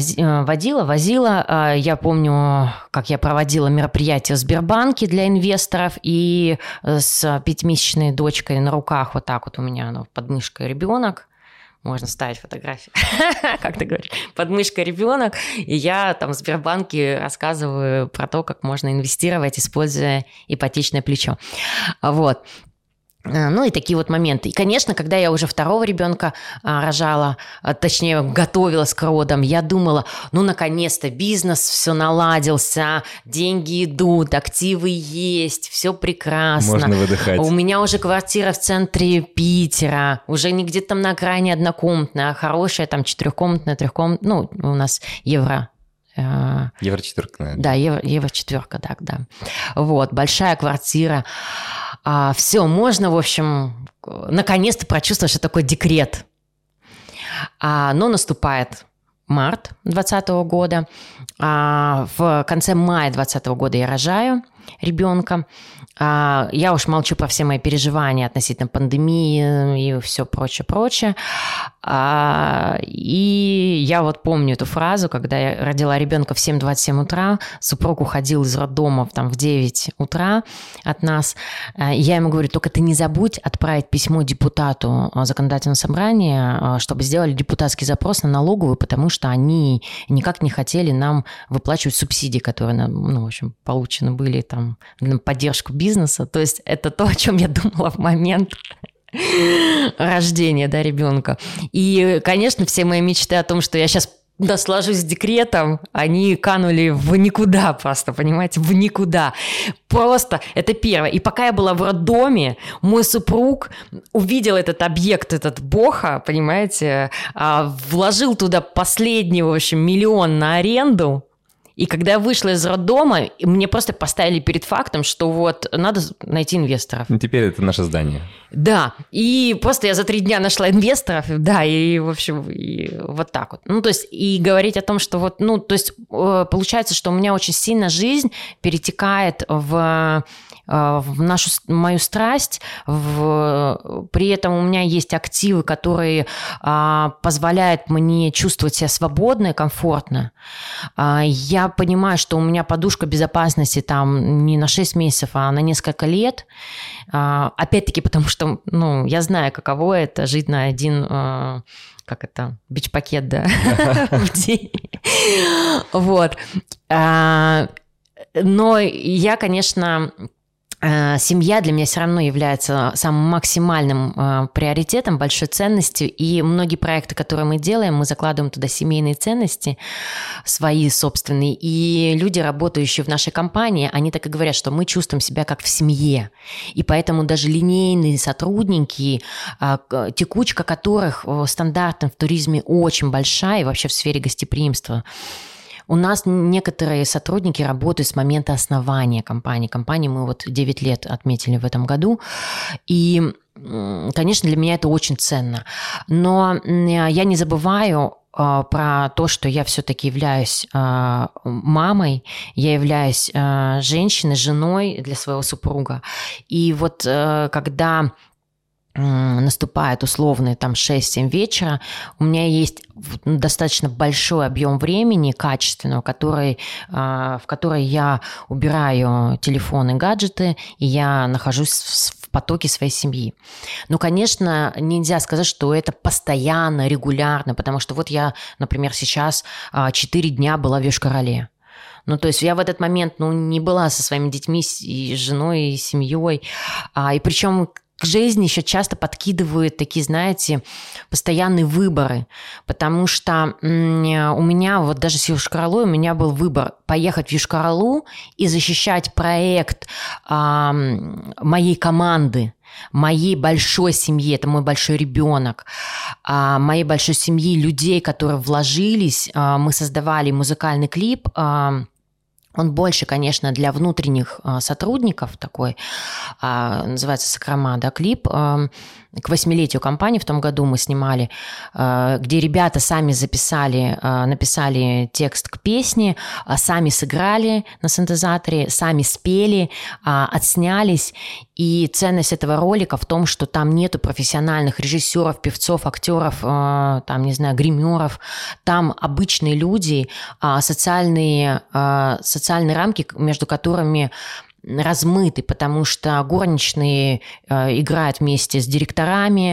возила. Я помню, как я проводила мероприятия в Сбербанке для инвесторов, и с 5-месячной дочкой на руках вот так вот у меня под мышкой ребенок. Можно ставить фотографию, как ты говоришь, под мышкой ребенок. И я там в Сбербанке рассказываю про то, как можно инвестировать, используя ипотечное плечо. Вот. И такие вот моменты. И, конечно, когда я уже 2-го ребенка рожала, точнее, готовилась к родам, я думала, наконец-то бизнес, все наладился, деньги идут, активы есть, все прекрасно. Можно выдыхать. У меня уже квартира в центре Питера, уже не где-то там на окраине однокомнатная, а хорошая, там 4-комнатная, 3-комнатная, у нас евро. Евро-4, наверное. Да, евро-4, да. Вот, большая квартира. Все, можно, в общем, наконец-то прочувствовать, что такое декрет. Но наступает март 2020 года. В конце мая 2020 года я рожаю ребенка. Я уж молчу про все мои переживания относительно пандемии и все прочее. И я вот помню эту фразу, когда я родила ребенка в 7:27 утра, супруг уходил из роддома там в 9 утра от нас, и я ему говорю, только ты не забудь отправить письмо депутату законодательного собрания, чтобы сделали депутатский запрос на налоговую, потому что они никак не хотели нам выплачивать субсидии, которые нам, в общем, получены были там на поддержку бизнеса. То есть это то, о чем я думала в момент рождения, да, ребенка. И, конечно, все мои мечты о том, что я сейчас сложусь с декретом, они канули в никуда просто, понимаете, в никуда. Просто это первое. И пока я была в роддоме, мой супруг увидел этот объект, этот боха, понимаете, вложил туда последний, в общем, 1 миллион на аренду. И когда я вышла из роддома, мне просто поставили перед фактом, что вот надо найти инвесторов. Теперь это наше здание. Да, и просто я за 3 дня нашла инвесторов, да, и, в общем, и вот так вот. Ну, то есть, и говорить о том, что вот, то есть, получается, что у меня очень сильно жизнь перетекает в мою страсть, при этом у меня есть активы, которые позволяют мне чувствовать себя свободно и комфортно. Я понимаю, что у меня подушка безопасности там не на 6 месяцев, а на несколько лет. Опять-таки, потому что, я знаю, каково это жить на один... бич-пакет, да, в день. Вот. Но я, конечно... Семья для меня все равно является самым максимальным приоритетом, большой ценностью, и многие проекты, которые мы делаем, мы закладываем туда семейные ценности свои собственные, и люди, работающие в нашей компании, они так и говорят, что мы чувствуем себя как в семье, и поэтому даже линейные сотрудники, текучка которых стандартно в туризме очень большая, и вообще в сфере гостеприимства. У нас некоторые сотрудники работают с момента основания компании. Компании мы 9 лет отметили в этом году. И, конечно, для меня это очень ценно. Но я не забываю про то, что я все-таки являюсь мамой, я являюсь женщиной, женой для своего супруга. И вот когда... наступает условные 6-7 вечера, у меня есть достаточно большой объем времени качественного, в который я убираю телефоны, гаджеты, и я нахожусь в потоке своей семьи. Но, конечно, нельзя сказать, что это постоянно, регулярно, потому что я, например, сейчас 4 дня была в Йошкар-Оле. То есть я в этот момент не была со своими детьми, и женой, и семьей, и причем к жизни еще часто подкидывают такие, знаете, постоянные выборы, потому что у меня даже с Йошкар-Олой у меня был выбор поехать в Йошкар-Олу и защищать проект моей команды, моей большой семьи, это мой большой ребенок, моей большой семьи, людей, которые вложились, мы создавали музыкальный клип. Он больше, конечно, для внутренних сотрудников такой, называется «Сакрома», да, клип. К 8-летию компании в том году мы снимали, где ребята сами написали текст к песне, сами сыграли на синтезаторе, сами спели, отснялись. И ценность этого ролика в том, что там нету профессиональных режиссеров, певцов, актеров, гримеров. Там обычные люди, социальные рамки, между которыми размыты, потому что горничные играют вместе с директорами,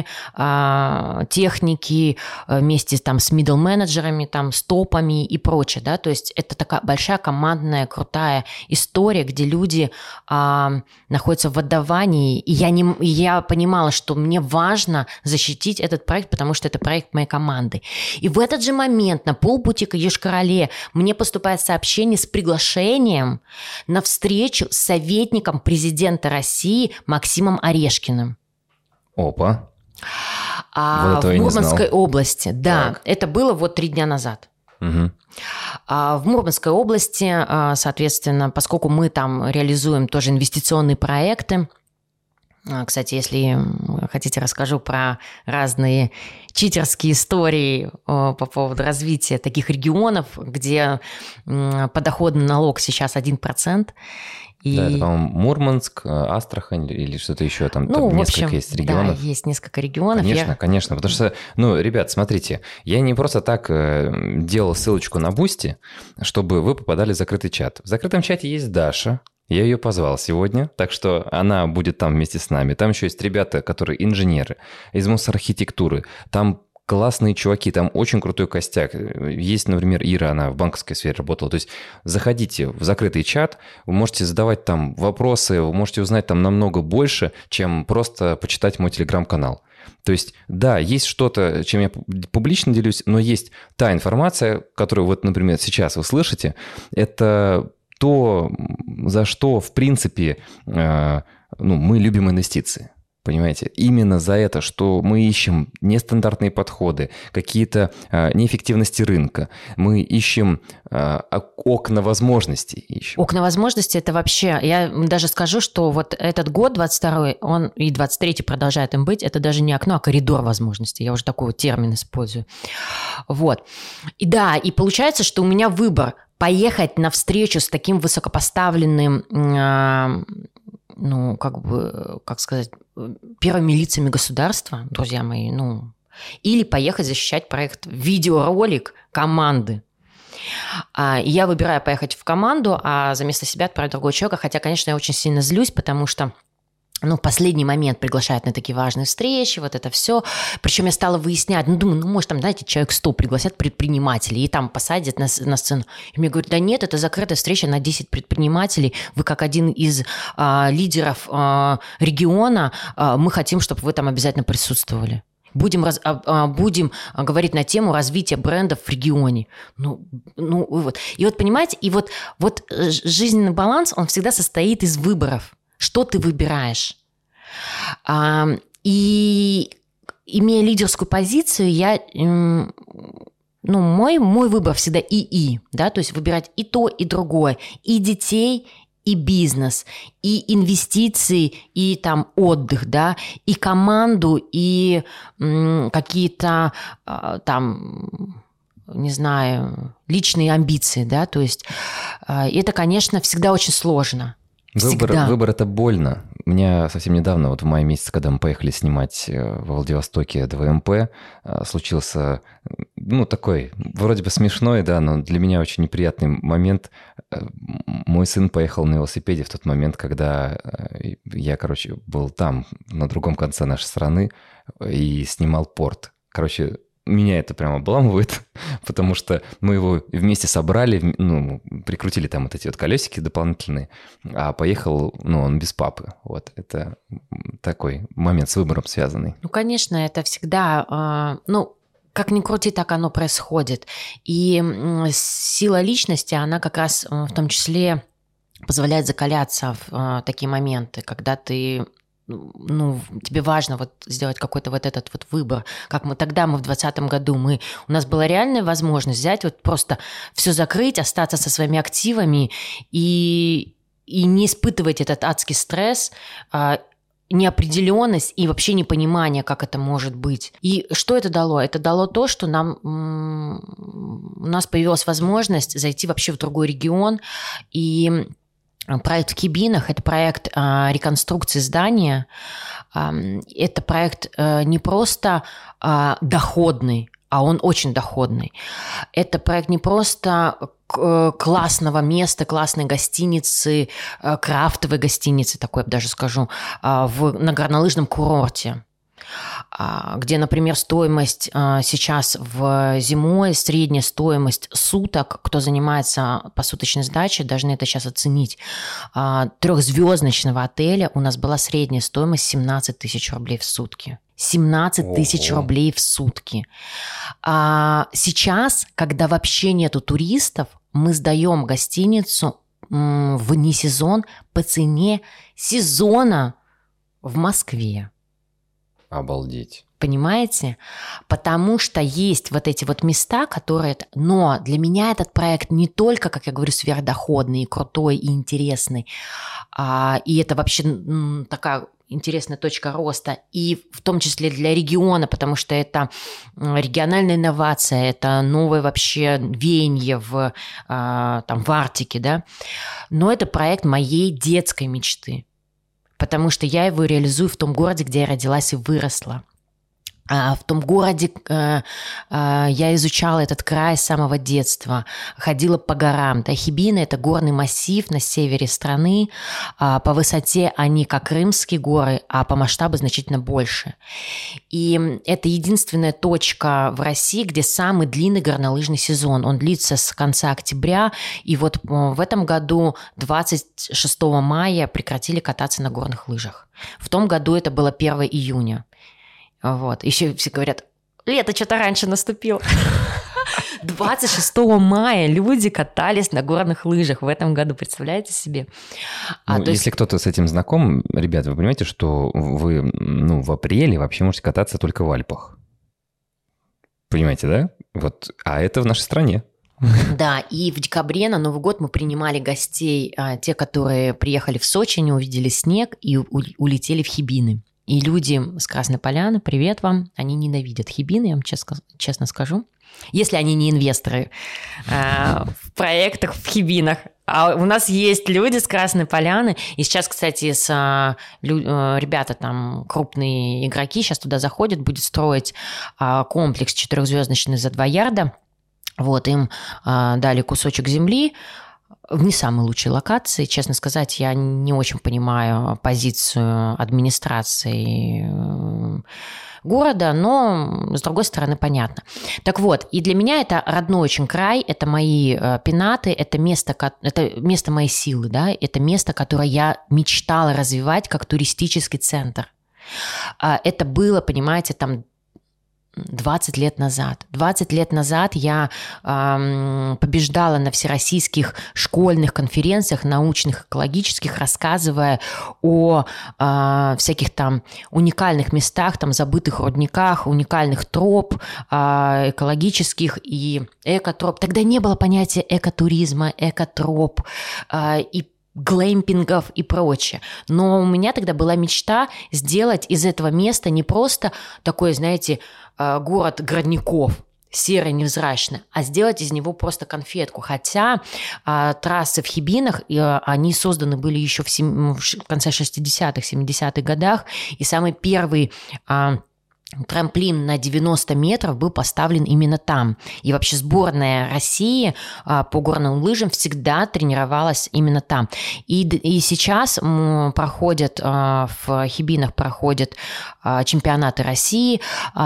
техники, вместе с middle-менеджерами, с топами и прочее. Да? То есть это такая большая командная, крутая история, где люди находятся в отдавании. И я понимала, что мне важно защитить этот проект, потому что это проект моей команды. И в этот же момент на полпути к Йошкар-Оле мне поступает сообщение с приглашением на встречу с советником президента России Максимом Орешкиным. Опа. В Мурманской области. Да, так. Это было 3 дня назад. Угу. В Мурманской области, соответственно, поскольку мы там реализуем тоже инвестиционные проекты, кстати, если хотите, расскажу про разные читерские истории по поводу развития таких регионов, где подоходный налог сейчас 1%, И... Да, это, по-моему, Мурманск, Астрахань или что-то еще там, Ну, там в общем, несколько есть регионов. Да, есть несколько регионов. Конечно, конечно, потому что, ну, ребят, смотрите, я не просто так делал ссылочку на Boosty, чтобы вы попадали в закрытый чат. В закрытом чате есть Даша, я ее позвал сегодня, так что она будет там вместе с нами. Там еще есть ребята, которые инженеры из Мосархитектуры, там классные чуваки, там очень крутой костяк. Есть, например, Ира, она в банковской сфере работала. То есть заходите в закрытый чат, вы можете задавать там вопросы, вы можете узнать там намного больше, чем просто почитать мой телеграм-канал. То есть, да, есть что-то, чем я публично делюсь, но есть та информация, которую вот, например, сейчас вы слышите, это то, за что, в принципе, мы любим инвестиции. Понимаете, именно за это, что мы ищем нестандартные подходы, какие-то неэффективности рынка, мы ищем окна возможностей. Ищем. Окна возможностей – это вообще, я даже скажу, что вот этот год, 22-й, он и 23-й продолжает им быть, это даже не окно, а коридор возможностей. Я уже такой вот термин использую. Вот. И да, и получается, что у меня выбор – поехать на встречу с таким высокопоставленным, первыми лицами государства, друзья мои, или поехать защищать проект видеоролик команды. И я выбираю поехать в команду, а за место себя отправить другого человека, хотя, конечно, я очень сильно злюсь, потому что в последний момент приглашают на такие важные встречи, вот это все. Причем я стала выяснять, думаю, может, там, знаете, человек 100 пригласят предпринимателей и там посадят на сцену. И мне говорят, да нет, это закрытая встреча на 10 предпринимателей. Вы как один из лидеров региона, мы хотим, чтобы вы там обязательно присутствовали. Будем говорить на тему развития брендов в регионе. Вот. И вот, понимаете, и вот жизненный баланс, он всегда состоит из выборов. Что ты выбираешь? И имея лидерскую позицию, мой выбор всегда да, то есть выбирать и то, и другое, и детей, и бизнес, и инвестиции, и там отдых, да, и команду, и какие-то там, не знаю, личные амбиции, да, то есть это, конечно, всегда очень сложно. Выбор – это больно. У меня совсем недавно, вот в мае месяце, когда мы поехали снимать во Владивостоке ДВМП, случился, такой, вроде бы смешной, да, но для меня очень неприятный момент. Мой сын поехал на велосипеде в тот момент, когда я, был там, на другом конце нашей страны, и снимал порт. Меня это прямо обламывает, потому что мы его вместе собрали, прикрутили там вот эти вот колесики дополнительные, а поехал, он без папы. Вот, это такой момент с выбором связанный. Конечно, это всегда, как ни крути, так оно происходит. И сила личности, она как раз в том числе позволяет закаляться в такие моменты, когда ты... тебе важно сделать какой-то этот выбор. Как мы в 2020 году, у нас была реальная возможность взять, просто все закрыть, остаться со своими активами и не испытывать этот адский стресс, неопределенность и вообще непонимание, как это может быть. И что это дало? Это дало то, что у нас появилась возможность зайти вообще в другой регион. И проект в Кибинах – это проект реконструкции здания. Это проект не просто доходный, а он очень доходный. Это проект не просто классного места, классной гостиницы, крафтовой гостиницы, такой я даже скажу, на горнолыжном курорте, где, например, стоимость сейчас зимой, средняя стоимость суток, кто занимается посуточной сдачей, должны это сейчас оценить. 3-звездочного отеля у нас была средняя стоимость 17 тысяч рублей в сутки. 17 тысяч рублей в сутки. Сейчас, когда вообще нету туристов, мы сдаем гостиницу вне сезон по цене сезона в Москве. Обалдеть. Понимаете? Потому что есть вот эти места, которые... Но для меня этот проект не только, как я говорю, сверхдоходный, и крутой, и интересный. И это вообще такая интересная точка роста, и в том числе для региона, потому что это региональная инновация, это новое вообще веяние в Арктике, да. Но это проект моей детской мечты, потому что я его реализую в том городе, где я родилась и выросла. В том городе я изучала этот край с самого детства, ходила по горам. Хибины – это горный массив на севере страны. По высоте они как Крымские горы, а по масштабу значительно больше. И это единственная точка в России, где самый длинный горнолыжный сезон. Он длится с конца октября, и вот в этом году 26 мая прекратили кататься на горных лыжах. В том году это было 1 июня. Вот. Еще все говорят, лето что-то раньше наступило. 26 мая люди катались на горных лыжах в этом году, представляете себе? Если кто-то с этим знаком, ребята, вы понимаете, что вы в апреле вообще можете кататься только в Альпах. Понимаете, да? Вот. А это в нашей стране. Да, и в декабре на Новый год мы принимали гостей, те, которые приехали в Сочи, не увидели снег и улетели в Хибины. И люди с Красной Поляны, привет вам, они ненавидят Хибины, я вам честно скажу. Если они не инвесторы в проектах в Хибинах. А у нас есть люди с Красной Поляны. И сейчас, кстати, ребята там, крупные игроки, сейчас туда заходят, будет строить комплекс 4-звездочный за 2 ярда. Вот, им дали кусочек земли, в не самой лучшей локации. Честно сказать, я не очень понимаю позицию администрации города, но, с другой стороны, понятно. Так вот, и для меня это родной очень край, это мои пенаты, это место моей силы, да, это место, которое я мечтала развивать как туристический центр. Это было, понимаете, там 20 лет назад. 20 лет назад я побеждала на всероссийских школьных конференциях, научных, экологических, рассказывая о всяких там уникальных местах, там забытых рудниках, уникальных троп экологических и экотроп. Тогда не было понятия экотуризма, экотроп и глэмпингов и прочее. Но у меня тогда была мечта сделать из этого места не просто такой, знаете, город горняков, серый, невзрачный, а сделать из него просто конфетку. Хотя трассы в Хибинах, они созданы были еще в конце 60-х, 70-х годах, и самый первый трамплин на 90 метров был поставлен именно там. И вообще сборная России по горным лыжам всегда тренировалась именно там. И сейчас проходят в Хибинах чемпионаты России.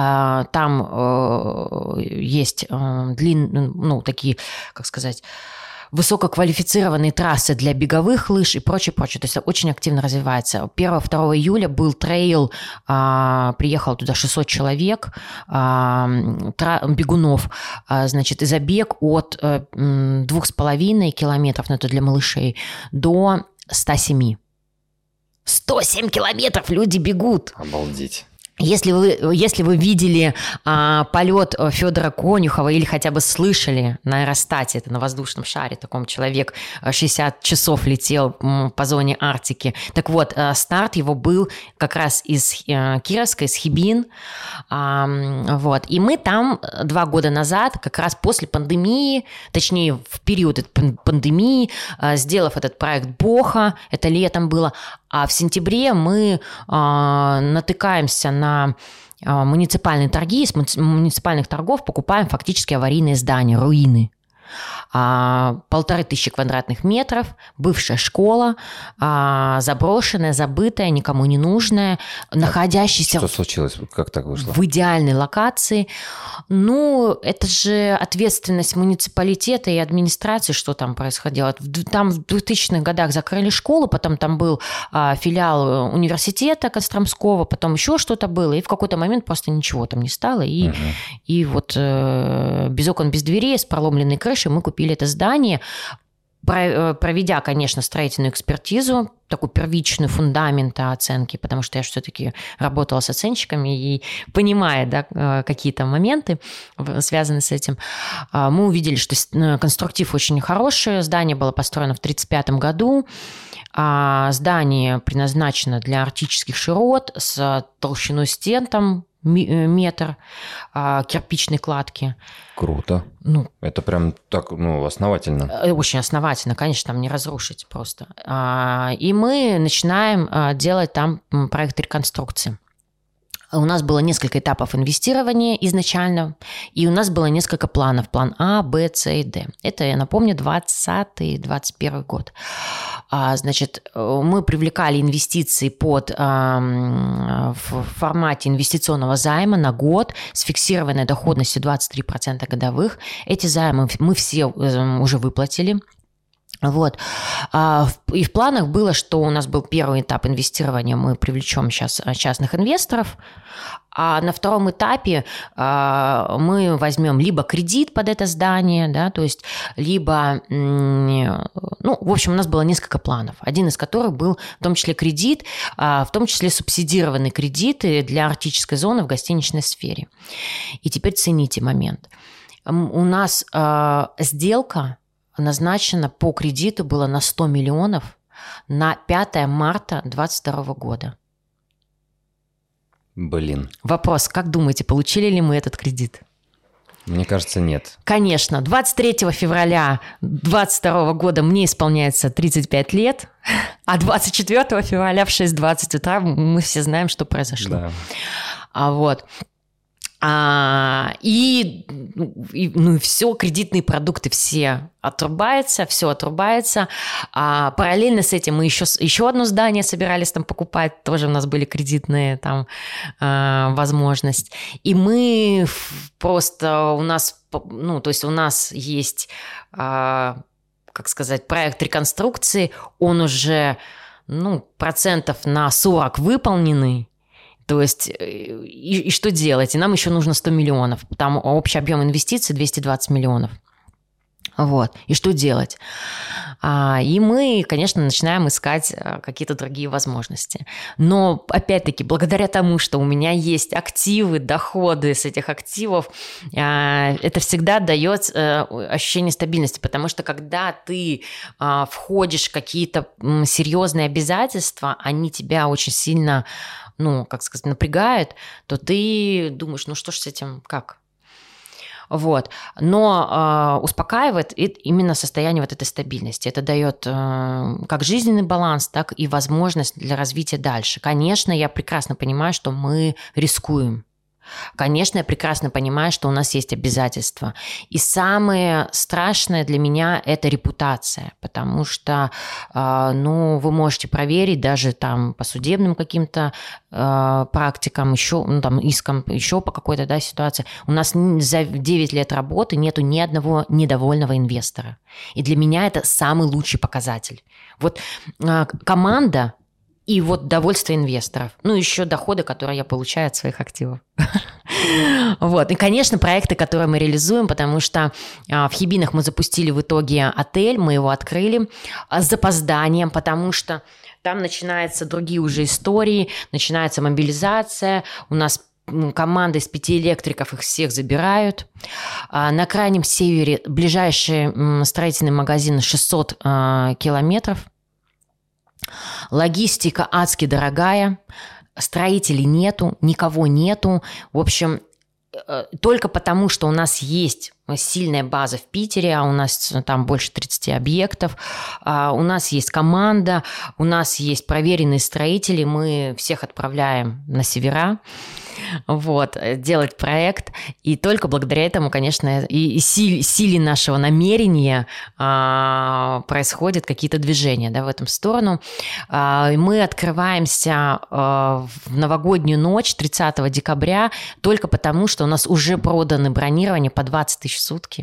Там есть такие, как сказать, высококвалифицированные трассы для беговых лыж и прочее. То есть это очень активно развивается. 1-2 июля был трейл, приехало туда 600 человек, бегунов, значит, и забег от 2,5 километров, это для малышей, до 107. 107 километров люди бегут! Обалдеть! Если вы видели полет Федора Конюхова или хотя бы слышали на аэростате, это на воздушном шаре, таком человек 60 часов летел по зоне Арктики. Так вот, старт его был как раз из Кировска, из Хибин. Вот. И мы там 2 года назад, как раз после пандемии, точнее, в период пандемии, сделав этот проект Боха, это летом было, а в сентябре мы натыкаемся на муниципальные торги, из муниципальных торгов покупаем фактически аварийные здания, руины. 1500 квадратных метров, бывшая школа, заброшенная, забытая, никому не нужная, находящаяся... Что случилось? Как так вышло? В идеальной локации. Это же ответственность муниципалитета и администрации, что там происходило. Там в 2000-х годах закрыли школу, потом там был филиал университета Костромского, потом еще что-то было, и в какой-то момент просто ничего там не стало. И вот без окон, без дверей, с проломленной крышей мы купили это здание, проведя, конечно, строительную экспертизу, такую первичную фундамента оценки, потому что я все-таки работала с оценщиками и понимая, да, какие-то моменты, связанные с этим, мы увидели, что конструктив очень хороший, здание было построено в 1935 году, Здание предназначено для арктических широт с толщиной стен там метр, кирпичной кладки. Круто. Это прям так, основательно. Очень основательно, конечно, там не разрушить просто. И мы начинаем делать там проект реконструкции. У нас было несколько этапов инвестирования изначально, и у нас было несколько планов. План А, Б, С и Д. Это, я напомню, 2020-2021 год. Значит, мы привлекали инвестиции в формате инвестиционного займа на год с фиксированной доходностью 23% годовых. Эти займы мы все уже выплатили. Вот. И в планах было, что у нас был первый этап инвестирования, мы привлечем сейчас частных инвесторов, а на втором этапе мы возьмем либо кредит под это здание, да, то есть либо, в общем, у нас было несколько планов, один из которых был в том числе кредит, в том числе субсидированные кредиты для арктической зоны в гостиничной сфере. И теперь цените момент. У нас сделка назначено по кредиту было на 100 миллионов на 5 марта 2022 года. Блин. Вопрос, как думаете, получили ли мы этот кредит? Мне кажется, нет. Конечно. 23 февраля 2022 года мне исполняется 35 лет, а 24 февраля в 6:20 утра мы все знаем, что произошло. Да. Вот. И все, кредитные продукты все отрубаются. Параллельно с этим мы еще одно здание собирались там покупать, тоже у нас были кредитные там возможности. И мы просто, у нас есть, как сказать, проект реконструкции, он уже, процентов на 40 выполненный. То есть, и что делать? И нам еще нужно 100 миллионов. Там общий объем инвестиций 220 миллионов. Вот. И что делать? И мы, конечно, начинаем искать какие-то другие возможности. Но, опять-таки, благодаря тому, что у меня есть активы, доходы с этих активов, это всегда дает ощущение стабильности. Потому что, когда ты входишь в какие-то серьезные обязательства, они тебя очень сильно напрягает, то ты думаешь, что ж с этим, как? Вот. Но успокаивает именно состояние вот этой стабильности. Это дает как жизненный баланс, так и возможность для развития дальше. Конечно, я прекрасно понимаю, что мы рискуем. Конечно, я прекрасно понимаю, что у нас есть обязательства. И самое страшное для меня – это репутация, потому что, вы можете проверить даже там по судебным каким-то практикам, еще, искам, еще по какой-то ситуации. У нас за 9 лет работы нету ни одного недовольного инвестора. И для меня это самый лучший показатель. Вот команда и вот довольство инвесторов. Еще доходы, которые я получаю от своих активов. Вот. И, конечно, проекты, которые мы реализуем, потому что в Хибинах мы запустили в итоге отель, мы его открыли с запозданием, потому что там начинаются другие уже истории, начинается мобилизация, у нас команда из 5 электриков, их всех забирают. На крайнем севере ближайший строительный магазин 600 километров. Логистика адски дорогая, строителей нету, никого нету. В общем, только потому, что у нас есть сильная база в Питере, а у нас там больше 30 объектов, у нас есть команда, у нас есть проверенные строители, мы всех отправляем на севера, делать проект. И только благодаря этому, конечно, и силе нашего намерения происходят какие-то движения в эту сторону. Мы открываемся в новогоднюю ночь 30 декабря только потому, что у нас уже проданы бронирования по 20 тысяч в сутки.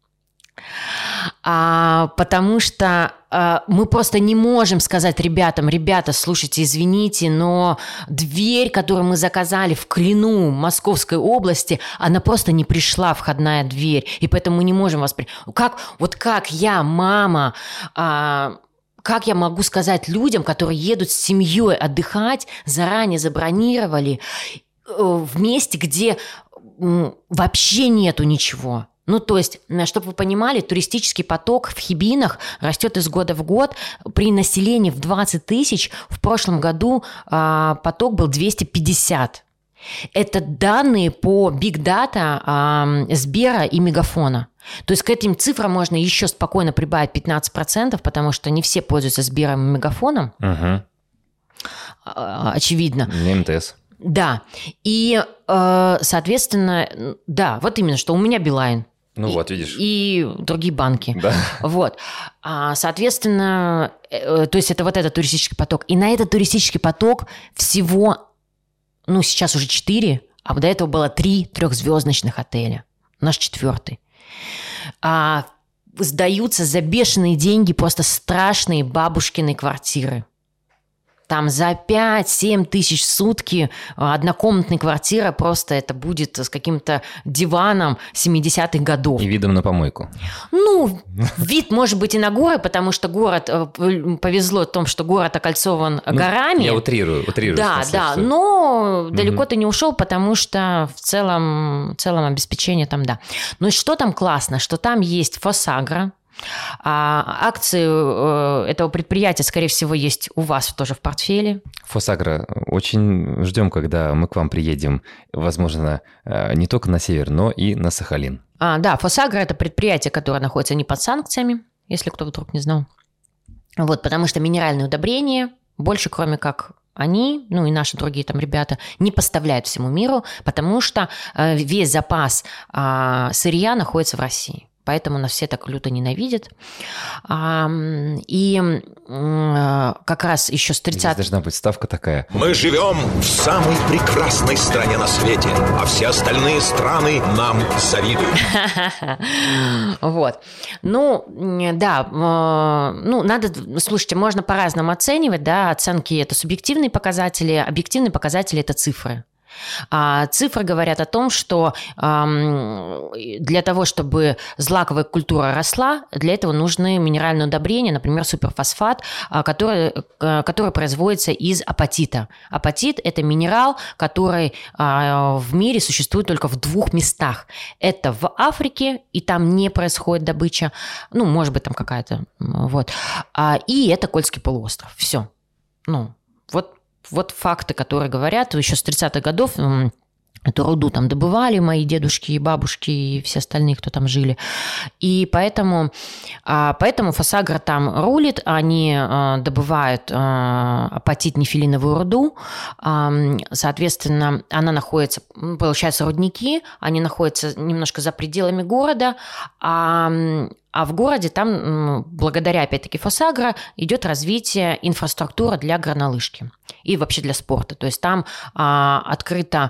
Потому что мы просто не можем сказать ребятам: ребята, слушайте, извините, но дверь, которую мы заказали в Клину Московской области, она просто не пришла, входная дверь, и поэтому мы не можем вас принять. Как я, мама, как я могу сказать людям, которые едут с семьей отдыхать, заранее забронировали в месте, где вообще нету ничего? Ну, то есть, чтобы вы понимали, туристический поток в Хибинах растет из года в год. При населении в 20 тысяч в прошлом году поток был 250. Это данные по Big Data Сбера и Мегафона. То есть к этим цифрам можно еще спокойно прибавить 15%, потому что не все пользуются Сбером и Мегафоном. Очевидно. МТС. Да. И, соответственно, да, вот именно, что у меня Билайн. Ну вот, видишь. И другие банки. Да. Вот. Соответственно, то есть это вот этот туристический поток. И на этот туристический поток всего, ну, сейчас уже 4, а до этого было 3 трехзвездочных отеля. Наш 4-й. Сдаются за бешеные деньги просто страшные бабушкины квартиры. Там за 5-7 тысяч в сутки однокомнатная квартира просто это будет с каким-то диваном 70-х годов. И видом на помойку. Ну, вид может быть и на горы, потому что город, повезло в том, что город окольцован горами. Я утрирую. Да, да, но далеко ты не ушел, потому что в целом обеспечение там, да. Ну и что там классно, что там есть Фосагро. Акции этого предприятия, скорее всего, есть у вас тоже в портфеле. Фосагро, очень ждем, когда мы к вам приедем, возможно, не только на север, но и на Сахалин. Да, Фосагро – это предприятие, которое находится не под санкциями, если кто вдруг не знал. Вот, потому что минеральные удобрения больше, кроме как они, ну и наши другие там ребята, не поставляют всему миру, потому что весь запас сырья находится в России. Поэтому нас все так люто ненавидят. И как раз еще с 30... Здесь должна быть ставка такая. Мы живем в самой прекрасной стране на свете, а все остальные страны нам завидуют. Вот. Ну, да, ну, надо... Слушайте, можно по-разному оценивать, да, оценки – это субъективные показатели, объективные показатели – это цифры. Цифры говорят о том, что для того, чтобы злаковая культура росла, для этого нужны минеральные удобрения, например, суперфосфат, который производится из апатита. Апатит – это минерал, который в мире существует только в 2 местах. Это в Африке, и там не происходит добыча, ну, может быть, там какая-то, вот. И это Кольский полуостров. Все. Ну, вот факты, которые говорят, еще с 30-х годов эту руду там добывали мои дедушки и бабушки и все остальные, кто там жили. И поэтому Фосагро там рулит, они добывают апатит-нефилиновую руду, соответственно, она находится, получается, рудники, они находятся немножко за пределами города, а в городе там, благодаря, опять-таки, Фосагро, идет развитие инфраструктуры для горнолыжки и вообще для спорта. То есть там открыта,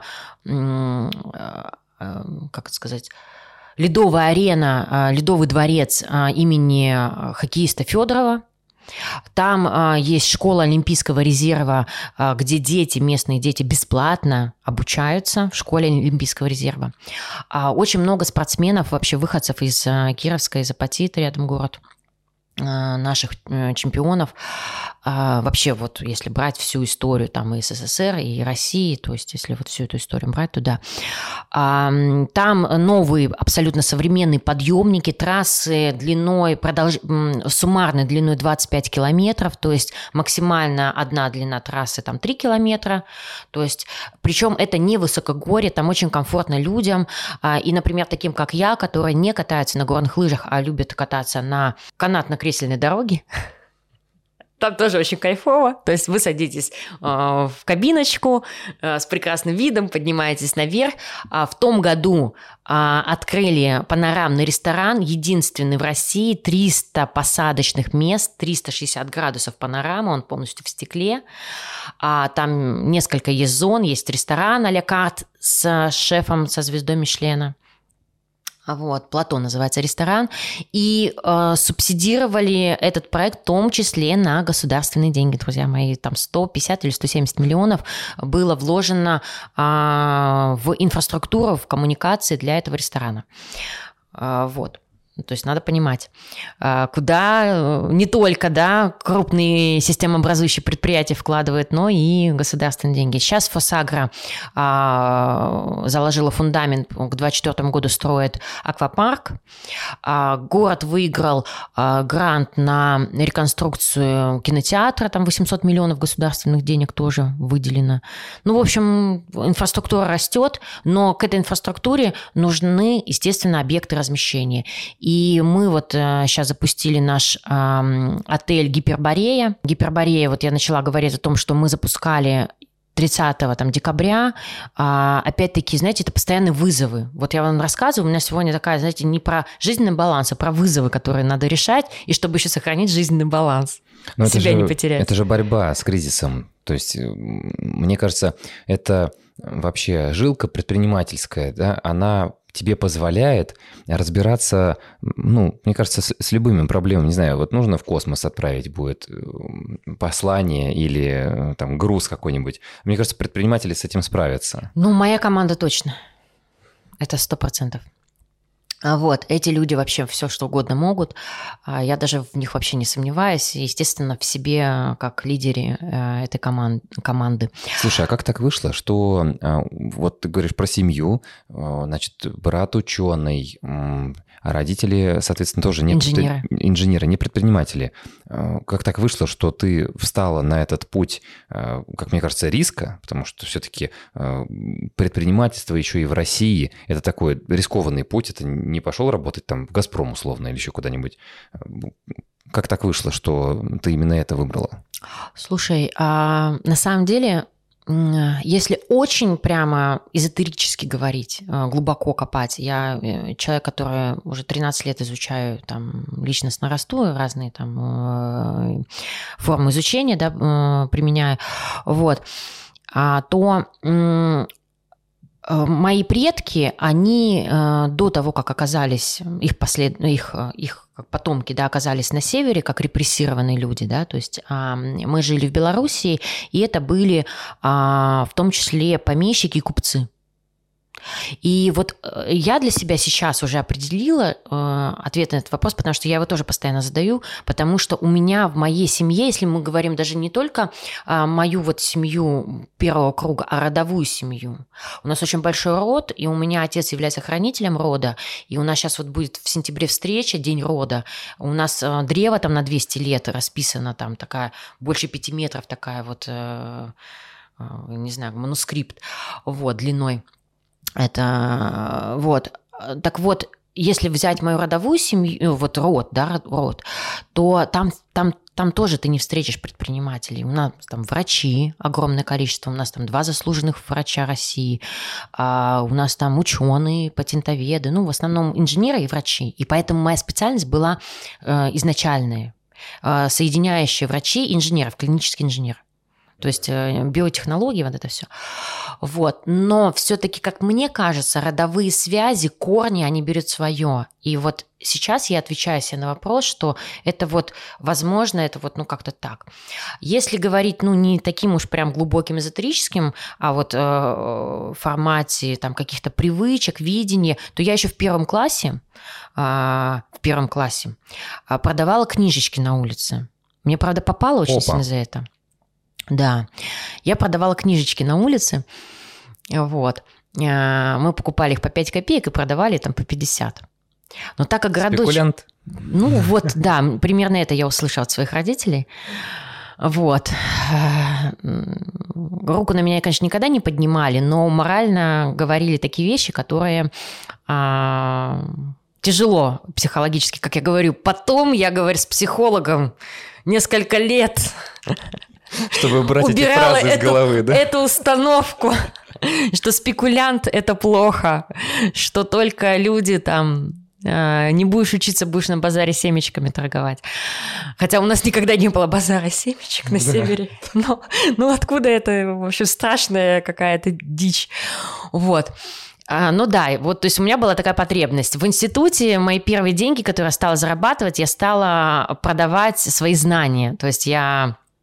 как это сказать, ледовая арена, ледовый дворец имени хоккеиста Федорова. Там есть школа Олимпийского резерва, где дети, местные дети бесплатно обучаются в школе Олимпийского резерва. Очень много спортсменов, вообще выходцев из Кировска, из Апатита, рядом город, наших чемпионов. Вообще, вот если брать всю историю там и СССР, и России, то есть если вот всю эту историю брать, то да. Там новые, абсолютно современные подъемники, трассы длиной, суммарной длиной 25 километров, то есть максимально одна длина трассы там 3 километра, то есть, причем это не высокогорье, там очень комфортно людям, и, например, таким, как я, которые не катаются на горных лыжах, а любят кататься на канатно-кресельной дороге. Там тоже очень кайфово. То есть вы садитесь в кабиночку с прекрасным видом, поднимаетесь наверх. В том году открыли панорамный ресторан, единственный в России, 300 посадочных мест, 360 градусов панорама, он полностью в стекле. Там несколько есть зон, есть ресторан а-ля карт с шефом, со звездой Мишлена. Вот, Плато называется ресторан, и субсидировали этот проект в том числе на государственные деньги, друзья мои, там 150 или 170 миллионов было вложено в инфраструктуру, в коммуникации для этого ресторана. Вот. То есть надо понимать, куда не только, да, крупные системообразующие предприятия вкладывают, но и государственные деньги. Сейчас Фосагро заложила фундамент, к 2024 году строит аквапарк. Город выиграл грант на реконструкцию кинотеатра, там 800 миллионов государственных денег тоже выделено. Ну, в общем, инфраструктура растет, но к этой инфраструктуре нужны, естественно, объекты размещения. И мы вот сейчас запустили наш отель «Гиперборея». «Гиперборея», вот я начала говорить о том, что мы запускали 30 декабря. Опять-таки, знаете, это постоянные вызовы. Вот я вам рассказываю, у меня сегодня такая, знаете, не про жизненный баланс, а про вызовы, которые надо решать, и чтобы еще сохранить жизненный баланс. Но себя не потерять. Это же борьба с кризисом. То есть, мне кажется, это вообще жилка предпринимательская, да, она тебе позволяет разбираться, ну, мне кажется, с любыми проблемами. Не знаю, вот нужно в космос отправить будет послание или там груз какой-нибудь. Мне кажется, предприниматели с этим справятся. Ну, моя команда точно. Это 100%. Вот, эти люди вообще все что угодно могут. Я даже в них вообще не сомневаюсь. Естественно, в себе, как лидере этой команды. Слушай, а как так вышло, что вот ты говоришь про семью, значит, брат ученый, а родители, соответственно, тоже не инженеры, не предприниматели. Как так вышло, что ты встала на этот путь, как мне кажется, риска, потому что все-таки предпринимательство еще и в России – это такой рискованный путь, это не пошел работать там в «Газпром» условно или еще куда-нибудь. Как так вышло, что ты именно это выбрала? Слушай, на самом деле, если очень прямо эзотерически говорить, глубоко копать, я человек, который уже 13 лет изучаю там личностно расту, разные там формы изучения, да, применяю, вот, то мои предки, они до того, как оказались, их потомки, да, оказались на севере, как репрессированные люди, да, то есть мы жили в Белоруссии, и это были в том числе помещики и купцы. И вот я для себя сейчас уже определила ответ на этот вопрос, потому что я его тоже постоянно задаю, потому что у меня в моей семье, если мы говорим даже не только мою вот семью первого круга, а родовую семью, у нас очень большой род, и у меня отец является хранителем рода, и у нас сейчас вот будет в сентябре встреча, день рода, у нас древо там на 200 лет расписано, там такая, больше 5 метров такая вот, не знаю, манускрипт, вот, длиной. Это вот. Так вот, если взять мою родовую семью, вот род, да, род, то там тоже ты не встретишь предпринимателей. У нас там врачи, огромное количество, у нас там 2 заслуженных врача России, у нас там ученые, патентоведы, ну, в основном инженеры и врачи. И поэтому моя специальность была изначальная, соединяющая врачей и инженеров, клинический инженер. То есть биотехнологии, вот это все. Вот. Но все-таки, как мне кажется, родовые связи, корни, они берут свое. И вот сейчас я отвечаю себе на вопрос, что это вот, возможно, это вот, ну, как-то так. Если говорить, ну, не таким уж прям глубоким эзотерическим, а вот в формате там каких-то привычек, видения, то я еще в первом классе продавала книжечки на улице. Мне, правда, попало очень сильно за это. Да, я продавала книжечки на улице, вот, мы покупали их по 5 копеек и продавали там по 50. Но так как городочек... Спекулянт. Ну вот, да, примерно это я услышала от своих родителей, вот. Руку на меня, конечно, никогда не поднимали, но морально говорили такие вещи, которые... тяжело психологически, как я говорю. Потом я говорю с психологом несколько лет... Чтобы убрать эти фразы из головы, да? Эту установку, что спекулянт – это плохо, что только люди там… Не будешь учиться, будешь на базаре семечками торговать. Хотя у нас никогда не было базара семечек на севере. Но откуда это, в общем, страшная какая-то дичь. Вот. Ну да, вот, то есть у меня была такая потребность. В институте мои первые деньги, которые я стала зарабатывать, я стала продавать свои знания. То есть я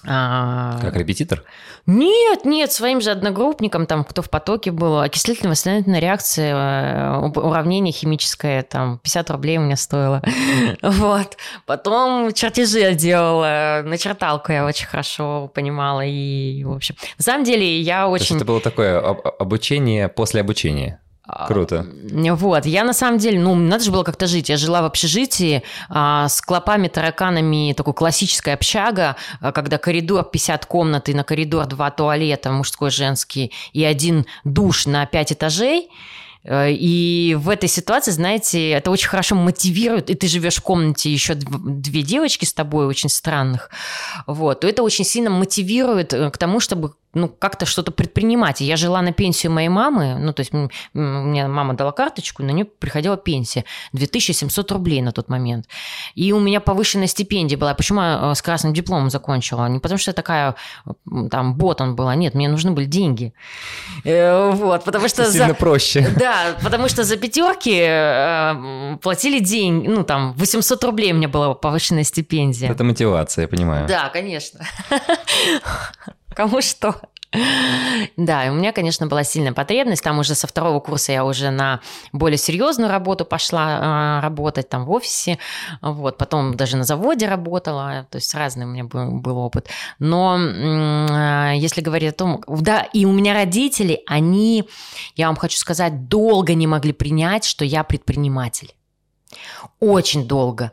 Как репетитор? Нет, своим же одногруппникам, там, кто в потоке был, окислительно-восстановительная реакция, уравнение химическое, там, 50 рублей у меня стоило. Вот. Потом чертежи я делала, начерталку я очень хорошо понимала, и, в общем... На самом деле, я очень... То есть это было такое обучение после обучения? Круто. Вот, я на самом деле, надо же было как-то жить. Я жила в общежитии с клопами, тараканами, такой классическая общага, когда коридор 50 комнат, и на коридор 2 туалета, мужской, женский, и 1 душ на 5 этажей. И в этой ситуации, знаете, это очень хорошо мотивирует, и ты живешь в комнате, еще 2 девочки с тобой очень странных, вот, то это очень сильно мотивирует к тому, чтобы как-то что-то предпринимать. И я жила на пенсию моей мамы, то есть мне мама дала карточку, на нее приходила пенсия, 2700 рублей на тот момент. И у меня повышенная стипендия была. Почему я с красным дипломом закончила? Не потому что я такая, там, ботан была, нет, мне нужны были деньги. Вот, потому что... Сильно проще. Да, потому что за 5 платили деньги, 800 рублей у меня была повышенная стипендия. Это мотивация, я понимаю. Да, конечно. Кому что. Да, и у меня, конечно, была сильная потребность. Там уже со 2-го курса я уже на более серьезную работу пошла работать там в офисе. Вот, потом даже на заводе работала. То есть разный у меня был опыт. Но если говорить о том... Да, и у меня родители, они, я вам хочу сказать, долго не могли принять, что я предприниматель. Очень долго.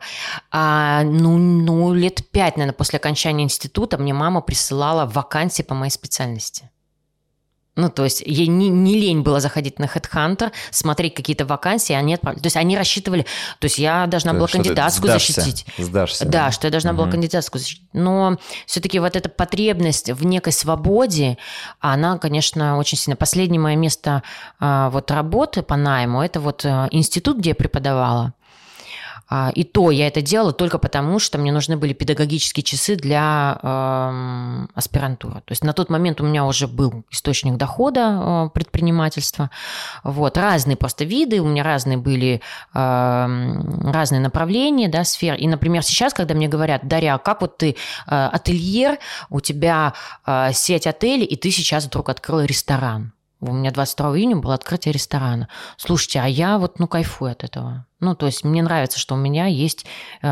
Лет 5, наверное, после окончания института мне мама присылала вакансии по моей специальности. То есть ей не лень было заходить на HeadHunter, смотреть какие-то вакансии, они отправили. То есть они рассчитывали, то есть я должна была кандидатскую защитить. Сдашься. Да, что я должна была кандидатскую защитить. Но все-таки вот эта потребность в некой свободе, она, конечно, очень сильно. Последнее мое место работы по найму, это институт, где я преподавала. И то я это делала только потому, что мне нужны были педагогические часы для аспирантуры. То есть на тот момент у меня уже был источник дохода предпринимательства. Вот, разные просто виды, у меня разные были разные направления, да, сфер. И, например, сейчас, когда мне говорят: Дарья, как ты ательер, у тебя сеть отелей, и ты сейчас вдруг открыла ресторан. У меня 22 июня было открытие ресторана. Слушайте, а я кайфую от этого. То есть мне нравится, что у меня есть,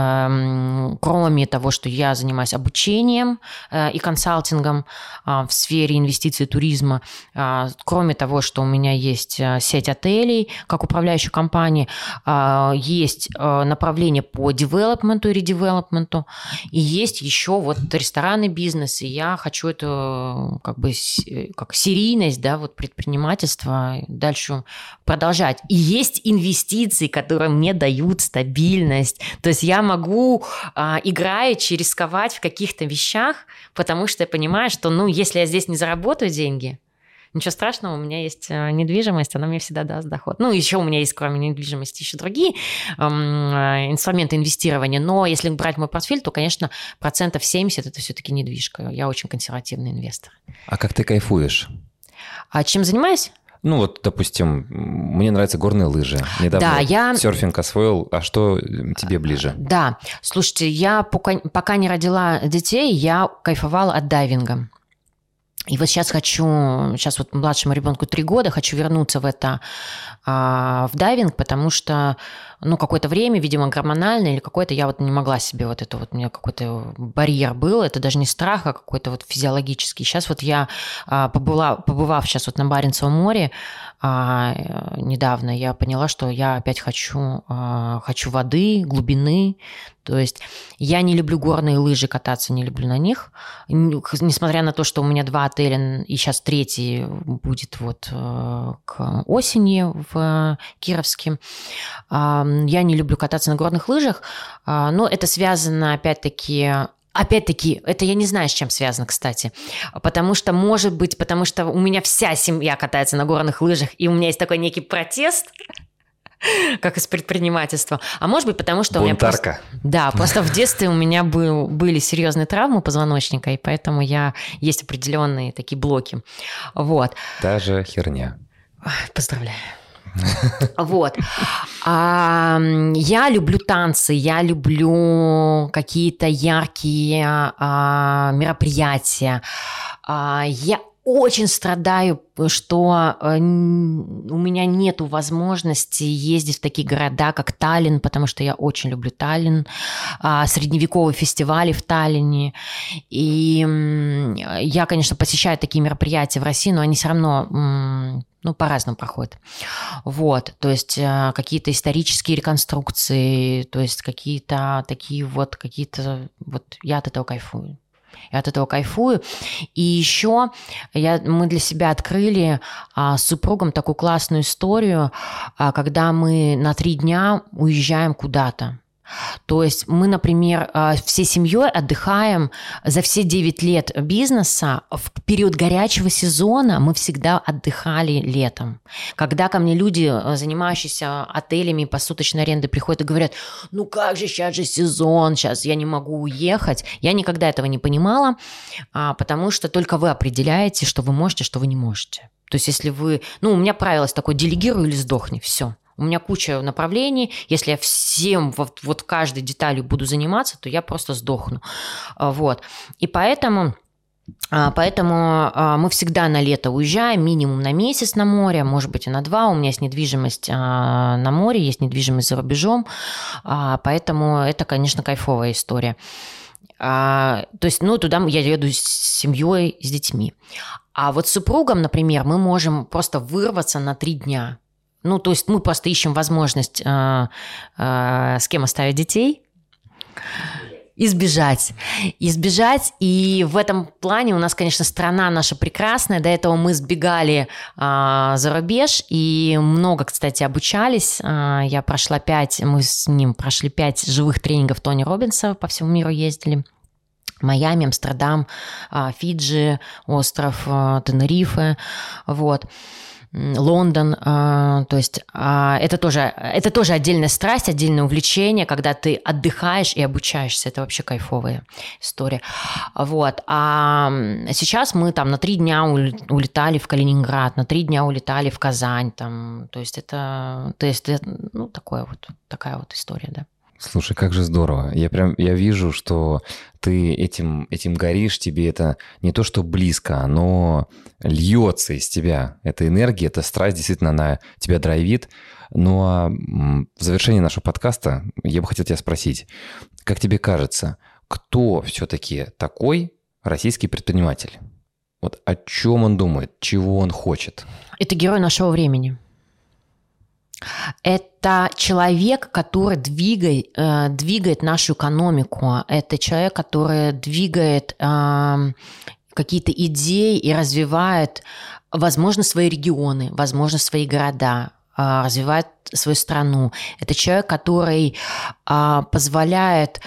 кроме того, что я занимаюсь обучением и консалтингом в сфере инвестиций и туризма, кроме того, что у меня есть сеть отелей как управляющая компания, есть направление по девелопменту и редевелопменту, и есть еще ресторанный бизнес, и я хочу это как серийность, да, предпринимательства дальше продолжать. И есть инвестиции, которые мне дают стабильность. То есть я могу, играючи, рисковать в каких-то вещах, потому что я понимаю, что, если я здесь не заработаю деньги, ничего страшного, у меня есть недвижимость, она мне всегда даст доход. Еще у меня есть, кроме недвижимости, еще другие инструменты инвестирования, но если брать мой портфель, то, конечно, 70% это все-таки недвижка. Я очень консервативный инвестор. А как ты кайфуешь? А чем занимаюсь? Допустим, мне нравятся горные лыжи. Недавно я серфинг освоил. А что тебе ближе? Да. Слушайте, я пока не родила детей, я кайфовала от дайвинга. И сейчас младшему ребенку 3 года, хочу вернуться в дайвинг, потому что, какое-то время, видимо, гормональное или какое-то, я не могла себе у меня какой-то барьер был, это даже не страх, а какой-то физиологический. Сейчас я, побывав сейчас на Баренцевом море, недавно, я поняла, что я опять хочу воды, глубины. То есть я не люблю горные лыжи кататься, не люблю на них. Несмотря на то, что у меня 2 отеля, и сейчас 3 будет к осени в Кировске. Я не люблю кататься на горных лыжах, но это связано опять-таки, это я не знаю, с чем связано, кстати. Потому что у меня вся семья катается на горных лыжах, и у меня есть такой некий протест, как из предпринимательства. А может быть, потому что бунтарка. Просто в детстве у меня были серьезные травмы позвоночника, и поэтому есть определенные такие блоки. Вот. Та же херня. Поздравляю. Вот. Я люблю танцы, я люблю какие-то яркие мероприятия. Я очень страдаю, что у меня нету возможности ездить в такие города, как Таллин, потому что я очень люблю Таллин, средневековые фестивали в Таллине. И я, конечно, посещаю такие мероприятия в России, но они все равно по-разному проходят. Вот, то есть какие-то исторические реконструкции, то есть какие-то я от этого кайфую. Я от этого кайфую. И еще мы для себя открыли с супругом такую классную историю, когда мы на 3 дня уезжаем куда-то. То есть мы, например, всей семьей отдыхаем за все 9 лет бизнеса. В период горячего сезона мы всегда отдыхали летом. Когда ко мне люди, занимающиеся отелями и посуточной арендой, приходят и говорят: ну как же, сейчас же сезон, сейчас я не могу уехать. Я никогда этого не понимала, потому что только вы определяете, что вы можете, что вы не можете. То есть если вы... у меня правило такое: делегируй или сдохни, все. У меня куча направлений. Если я всем вот каждой деталью буду заниматься, то я просто сдохну. Вот. И поэтому мы всегда на лето уезжаем, минимум на месяц на море, может быть и на 2. У меня есть недвижимость на море, есть недвижимость за рубежом. Поэтому это, конечно, кайфовая история. То есть, туда я еду с семьей, с детьми. А вот с супругом, например, мы можем просто вырваться на 3 дня. То есть мы просто ищем возможность с кем оставить детей, избежать. И в этом плане у нас, конечно, страна наша прекрасная. До этого мы сбегали за рубеж и много, кстати, обучались. Я прошла 5, мы с ним прошли 5 живых тренингов Тони Роббинса, по всему миру ездили. Майами, Амстердам, Фиджи, остров Тенерифе, вот. Лондон, то есть это тоже отдельная страсть, отдельное увлечение, когда ты отдыхаешь и обучаешься, это вообще кайфовая история. Вот. А сейчас мы там на 3 дня улетали в Калининград, на 3 дня улетали в Казань, там, то есть это такая вот история, да. Слушай, как же здорово. Я вижу, что ты этим горишь, тебе это не то что близко, но льется из тебя. Эта энергия, эта страсть действительно она тебя драйвит. Ну а в завершении нашего подкаста я бы хотел тебя спросить, как тебе кажется, кто все-таки такой российский предприниматель? Вот о чем он думает, чего он хочет? Это герой нашего времени. Это человек, который двигает нашу экономику. Это человек, который двигает какие-то идеи и развивает, возможно, свои регионы, возможно, свои города, развивает свою страну. Это человек, который позволяет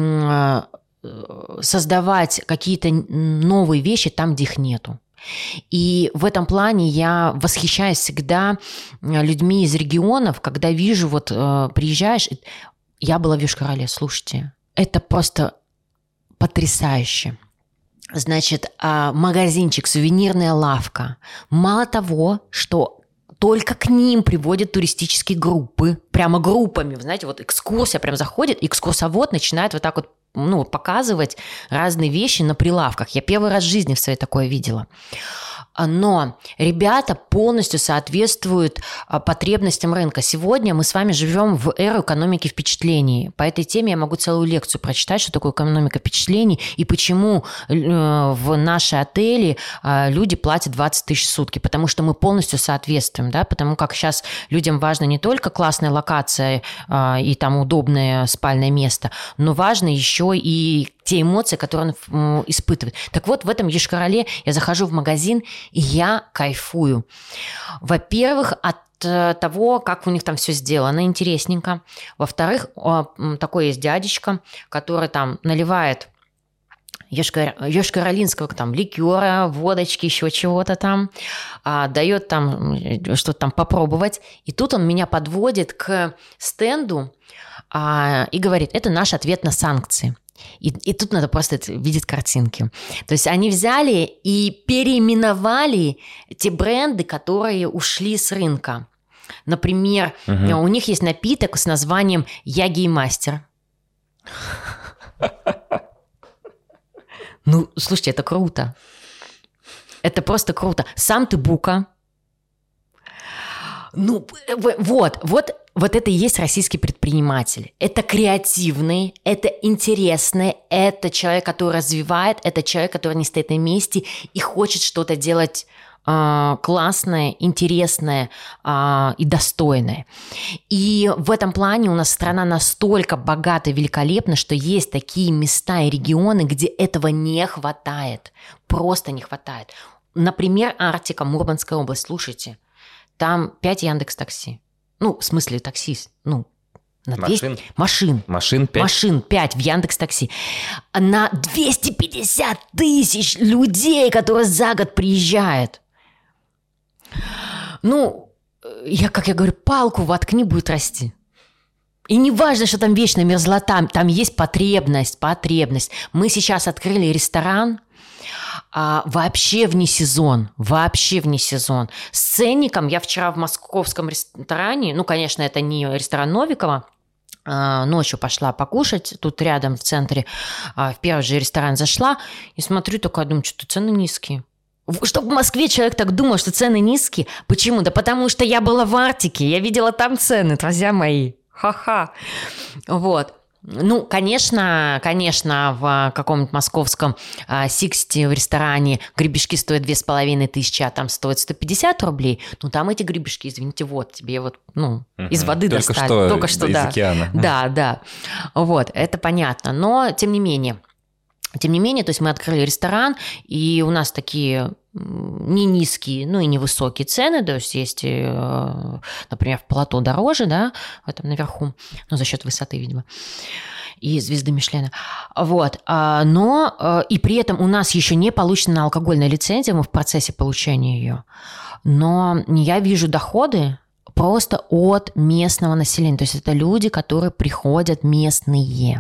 создавать какие-то новые вещи там, где их нету. И в этом плане я восхищаюсь всегда людьми из регионов, когда вижу, приезжаешь, я была в Йошкар-Оле, слушайте, это просто потрясающе. Значит, магазинчик, сувенирная лавка. Мало того, что только к ним приводят туристические группы, прямо группами, вы знаете, экскурсия прям заходит, экскурсовод начинает вот так вот показывать разные вещи на прилавках. Я первый раз в жизни в своей такое видела. Но ребята полностью соответствуют потребностям рынка. Сегодня мы с вами живем в эру экономики впечатлений. По этой теме я могу целую лекцию прочитать, что такое экономика впечатлений и почему в наши отели люди платят 20 тысяч в сутки. Потому что мы полностью соответствуем. Да? Потому как сейчас людям важна не только классная локация и там удобное спальное место, но важно еще и те эмоции, которые он испытывает. Так вот, в этом Йошкар-Оле я захожу в магазин, и я кайфую. Во-первых, от того, как у них там все сделано, интересненько. Во-вторых, такой есть дядечка, который там наливает йошкар-олинского там ликера, водочки, еще чего-то там, дает там что-то там попробовать. И тут он меня подводит к стенду и говорит: это наш ответ на санкции. И тут надо просто видеть картинки. То есть они взяли и переименовали те бренды, которые ушли с рынка. Например, у них есть напиток с названием «Ягеймастер». Ну, слушайте, это круто. Это просто круто. Сам ты бука. Ну, вот это и есть российский предприниматель. Это креативный, это интересный, это человек, который развивает, это человек, который не стоит на месте и хочет что-то делать классное, интересное и достойное. И в этом плане у нас страна настолько богата и великолепна, что есть такие места и регионы, где этого не хватает. Просто не хватает. Например, Арктика, Мурманская область. Слушайте, там 5 Яндекс.Такси. Ну, в смысле таксист. Ну, на 200... Машин 5? Машин 5 в Яндекс.Такси. На 250 тысяч людей, которые за год приезжают. Ну, как я говорю, палку воткни, будет расти. И не важно, что там вечная мерзлота, там есть потребность. Мы сейчас открыли ресторан, вообще вне сезон. С ценником я вчера в московском ресторане, ну, конечно, это не ресторан Новикова, ночью пошла покушать, тут рядом в центре, в первый же ресторан зашла, и смотрю, такая, думаю, что-то цены низкие. Чтобы в Москве человек так думал, что цены низкие. Почему? Да потому что я была в Арктике, я видела там цены, друзья мои. Ха-ха. Вот. Ну, конечно, в каком-нибудь московском Сиксти в ресторане гребешки стоят 2500, а там стоят 150 рублей. Ну, там эти гребешки, извините, вот тебе вот, из воды достали. Только что, из океана. Да. Вот, это понятно. Но, тем не менее, то есть мы открыли ресторан, и у нас такие не низкие, ну и не высокие цены, то есть есть, например, в Плато дороже, да, в этом наверху, за счет высоты, видимо, и звезды Мишлена. Вот. Но и при этом у нас еще не получена алкогольная лицензия, мы в процессе получения ее, но я вижу доходы просто от местного населения, то есть это люди, которые приходят местные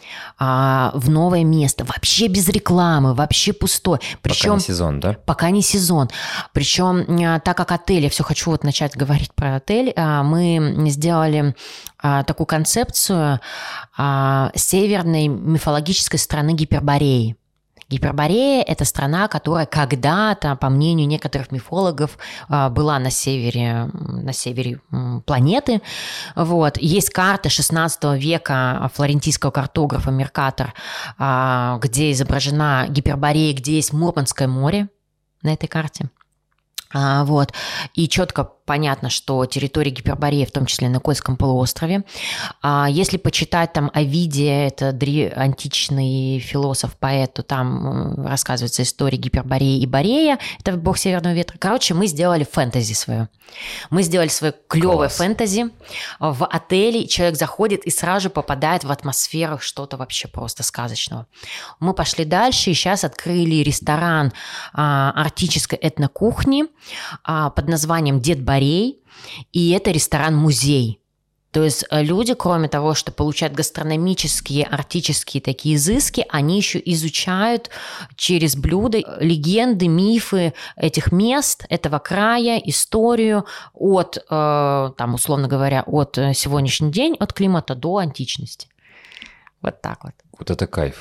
в новое место, вообще без рекламы, вообще пустой. Причем, пока не сезон, да? Пока не сезон. Причем, так как отель, я все хочу вот начать говорить про отель, мы сделали такую концепцию северной мифологической страны Гипербореи. Гиперборея – это страна, которая когда-то, по мнению некоторых мифологов, была на севере планеты. Вот. Есть карта XVI века флорентийского картографа Меркатор, где изображена Гиперборея, где есть Мурманское море на этой карте. Вот. И четко понятно, что территория Гипербореи, в том числе на Кольском полуострове. Если почитать там Овидия, это античный философ, поэт, то там рассказывается история Гипербореи и Борея, это бог северного ветра. Короче, мы сделали фэнтези свое. Мы сделали свое клевое фэнтези в отеле. Человек заходит и сразу же попадает в атмосферу что-то вообще просто сказочного. Мы пошли дальше и сейчас открыли ресторан арктической этнокухни под названием «Дед Борей», и это ресторан-музей. То есть люди, кроме того, что получают гастрономические, арктические такие изыски, они еще изучают через блюда легенды, мифы этих мест, этого края, историю от, там, условно говоря, от сегодняшний день, от климата до античности. Вот так вот. Вот это кайф.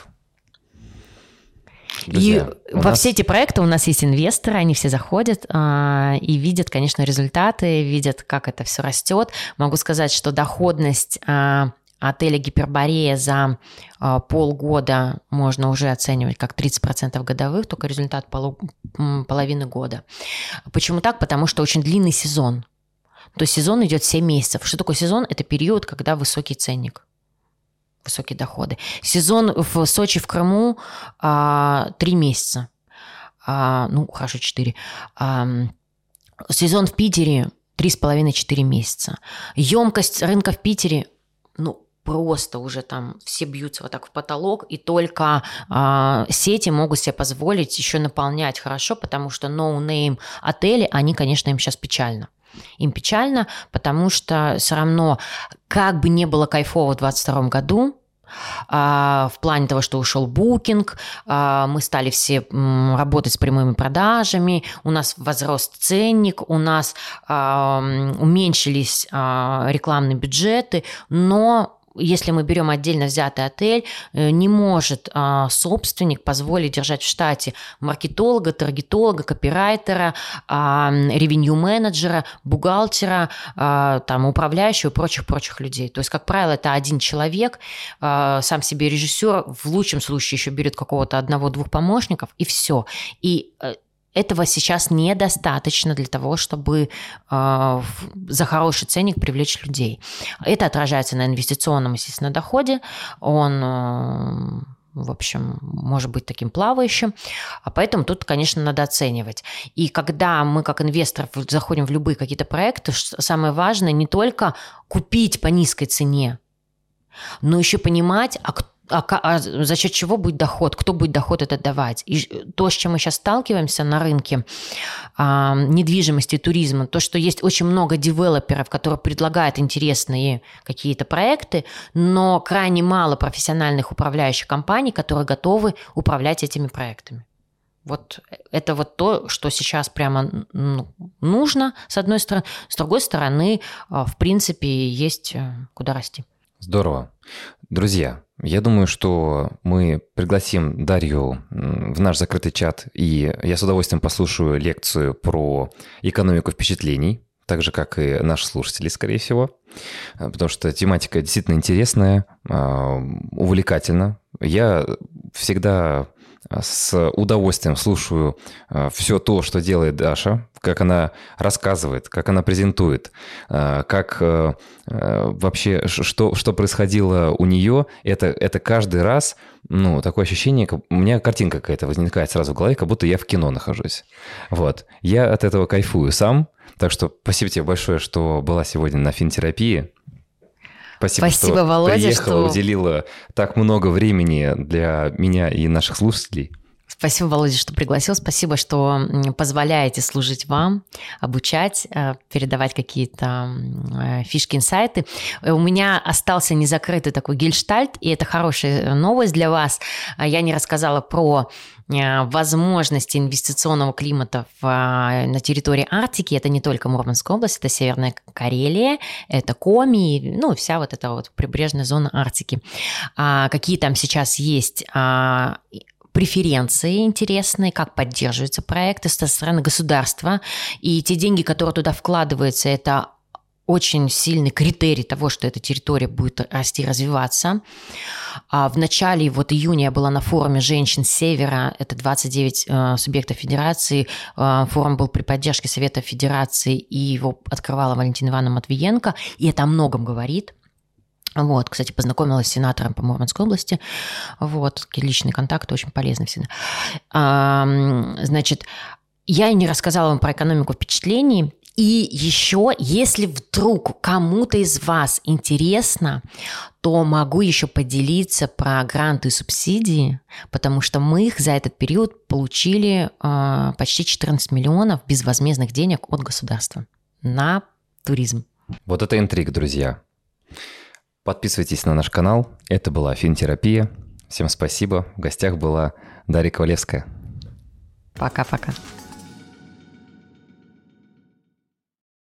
Друзья, во все эти проекты у нас есть инвесторы, они все заходят и видят, конечно, результаты, видят, как это все растет. Могу сказать, что доходность отеля «Гиперборея» за полгода можно уже оценивать как 30% годовых, только результат половины года. Почему так? Потому что очень длинный сезон. То есть сезон идет 7 месяцев. Что такое сезон? Это период, когда высокий ценник. Высокие доходы. Сезон в Сочи, в Крыму 3 месяца. Хорошо, 4. Сезон в Питере 3,5-4 месяца. Емкость рынка в Питере, просто уже там все бьются вот так в потолок, и только сети могут себе позволить еще наполнять хорошо, потому что no-name отели, они, конечно, им сейчас печально. Им печально, потому что все равно, как бы не было кайфово в 2022 году, в плане того, что ушел букинг, мы стали все работать с прямыми продажами, у нас возрос ценник, у нас уменьшились рекламные бюджеты, но если мы берем отдельно взятый отель, не может собственник позволить держать в штате маркетолога, таргетолога, копирайтера, ревенью-менеджера, бухгалтера, управляющего и прочих людей. То есть, как правило, это один человек, сам себе режиссер, в лучшем случае еще берет какого-то 1-2 помощников, и все. И этого сейчас недостаточно для того, чтобы за хороший ценник привлечь людей. Это отражается на инвестиционном, естественно, доходе. Он, в общем, может быть таким плавающим. А поэтому тут, конечно, надо оценивать. И когда мы, как инвесторы, заходим в любые какие-то проекты, самое важное не только купить по низкой цене, но еще понимать, за счет чего будет доход, кто будет доход этот давать. И то, с чем мы сейчас сталкиваемся на рынке недвижимости и туризма, то, что есть очень много девелоперов, которые предлагают интересные какие-то проекты, но крайне мало профессиональных управляющих компаний, которые готовы управлять этими проектами. Вот это вот то, что сейчас прямо нужно, с одной стороны. С другой стороны, в принципе, есть куда расти. Здорово. Друзья, я думаю, что мы пригласим Дарью в наш закрытый чат, и я с удовольствием послушаю лекцию про экономику впечатлений, так же, как и наши слушатели, скорее всего, потому что тематика действительно интересная, увлекательна. Я всегда с удовольствием слушаю все то, что делает Даша, как она рассказывает, как она презентует, как вообще, что происходило у нее. Это каждый раз, такое ощущение, у меня картинка какая-то возникает сразу в голове, как будто я в кино нахожусь. Вот. Я от этого кайфую сам. Так что спасибо тебе большое, что была сегодня на финтерапии. Спасибо, что Володя, приехала, уделила так много времени для меня и наших слушателей. Спасибо, Володя, что пригласил. Спасибо, что позволяете служить вам, обучать, передавать какие-то фишки, инсайты. У меня остался незакрытый такой гельштальт, и это хорошая новость для вас. Я не рассказала про возможности инвестиционного климата на территории Арктики. Это не только Мурманская область, это Северная Карелия, это Коми, вся вот эта вот прибрежная зона Арктики. Какие там сейчас есть преференции интересные, как поддерживаются проекты со стороны государства. И те деньги, которые туда вкладываются, это очень сильный критерий того, что эта территория будет расти, развиваться. В начале июня я была на форуме женщин Севера, это 29 субъектов федерации. Форум был при поддержке Совета Федерации, и его открывала Валентина Ивановна Матвиенко, и это о многом говорит. Вот, кстати, познакомилась с сенатором по Мурманской области. Вот, такие личные контакты очень полезны всегда. Значит, я не рассказала вам про экономику впечатлений. И еще, если вдруг кому-то из вас интересно, то могу еще поделиться про гранты и субсидии, потому что мы их за этот период получили почти 14 миллионов безвозмездных денег от государства на туризм. Вот это интрига, друзья. Подписывайтесь на наш канал. Это была Финтерапия. Всем спасибо. В гостях была Дарья Ковалевская. Пока-пока.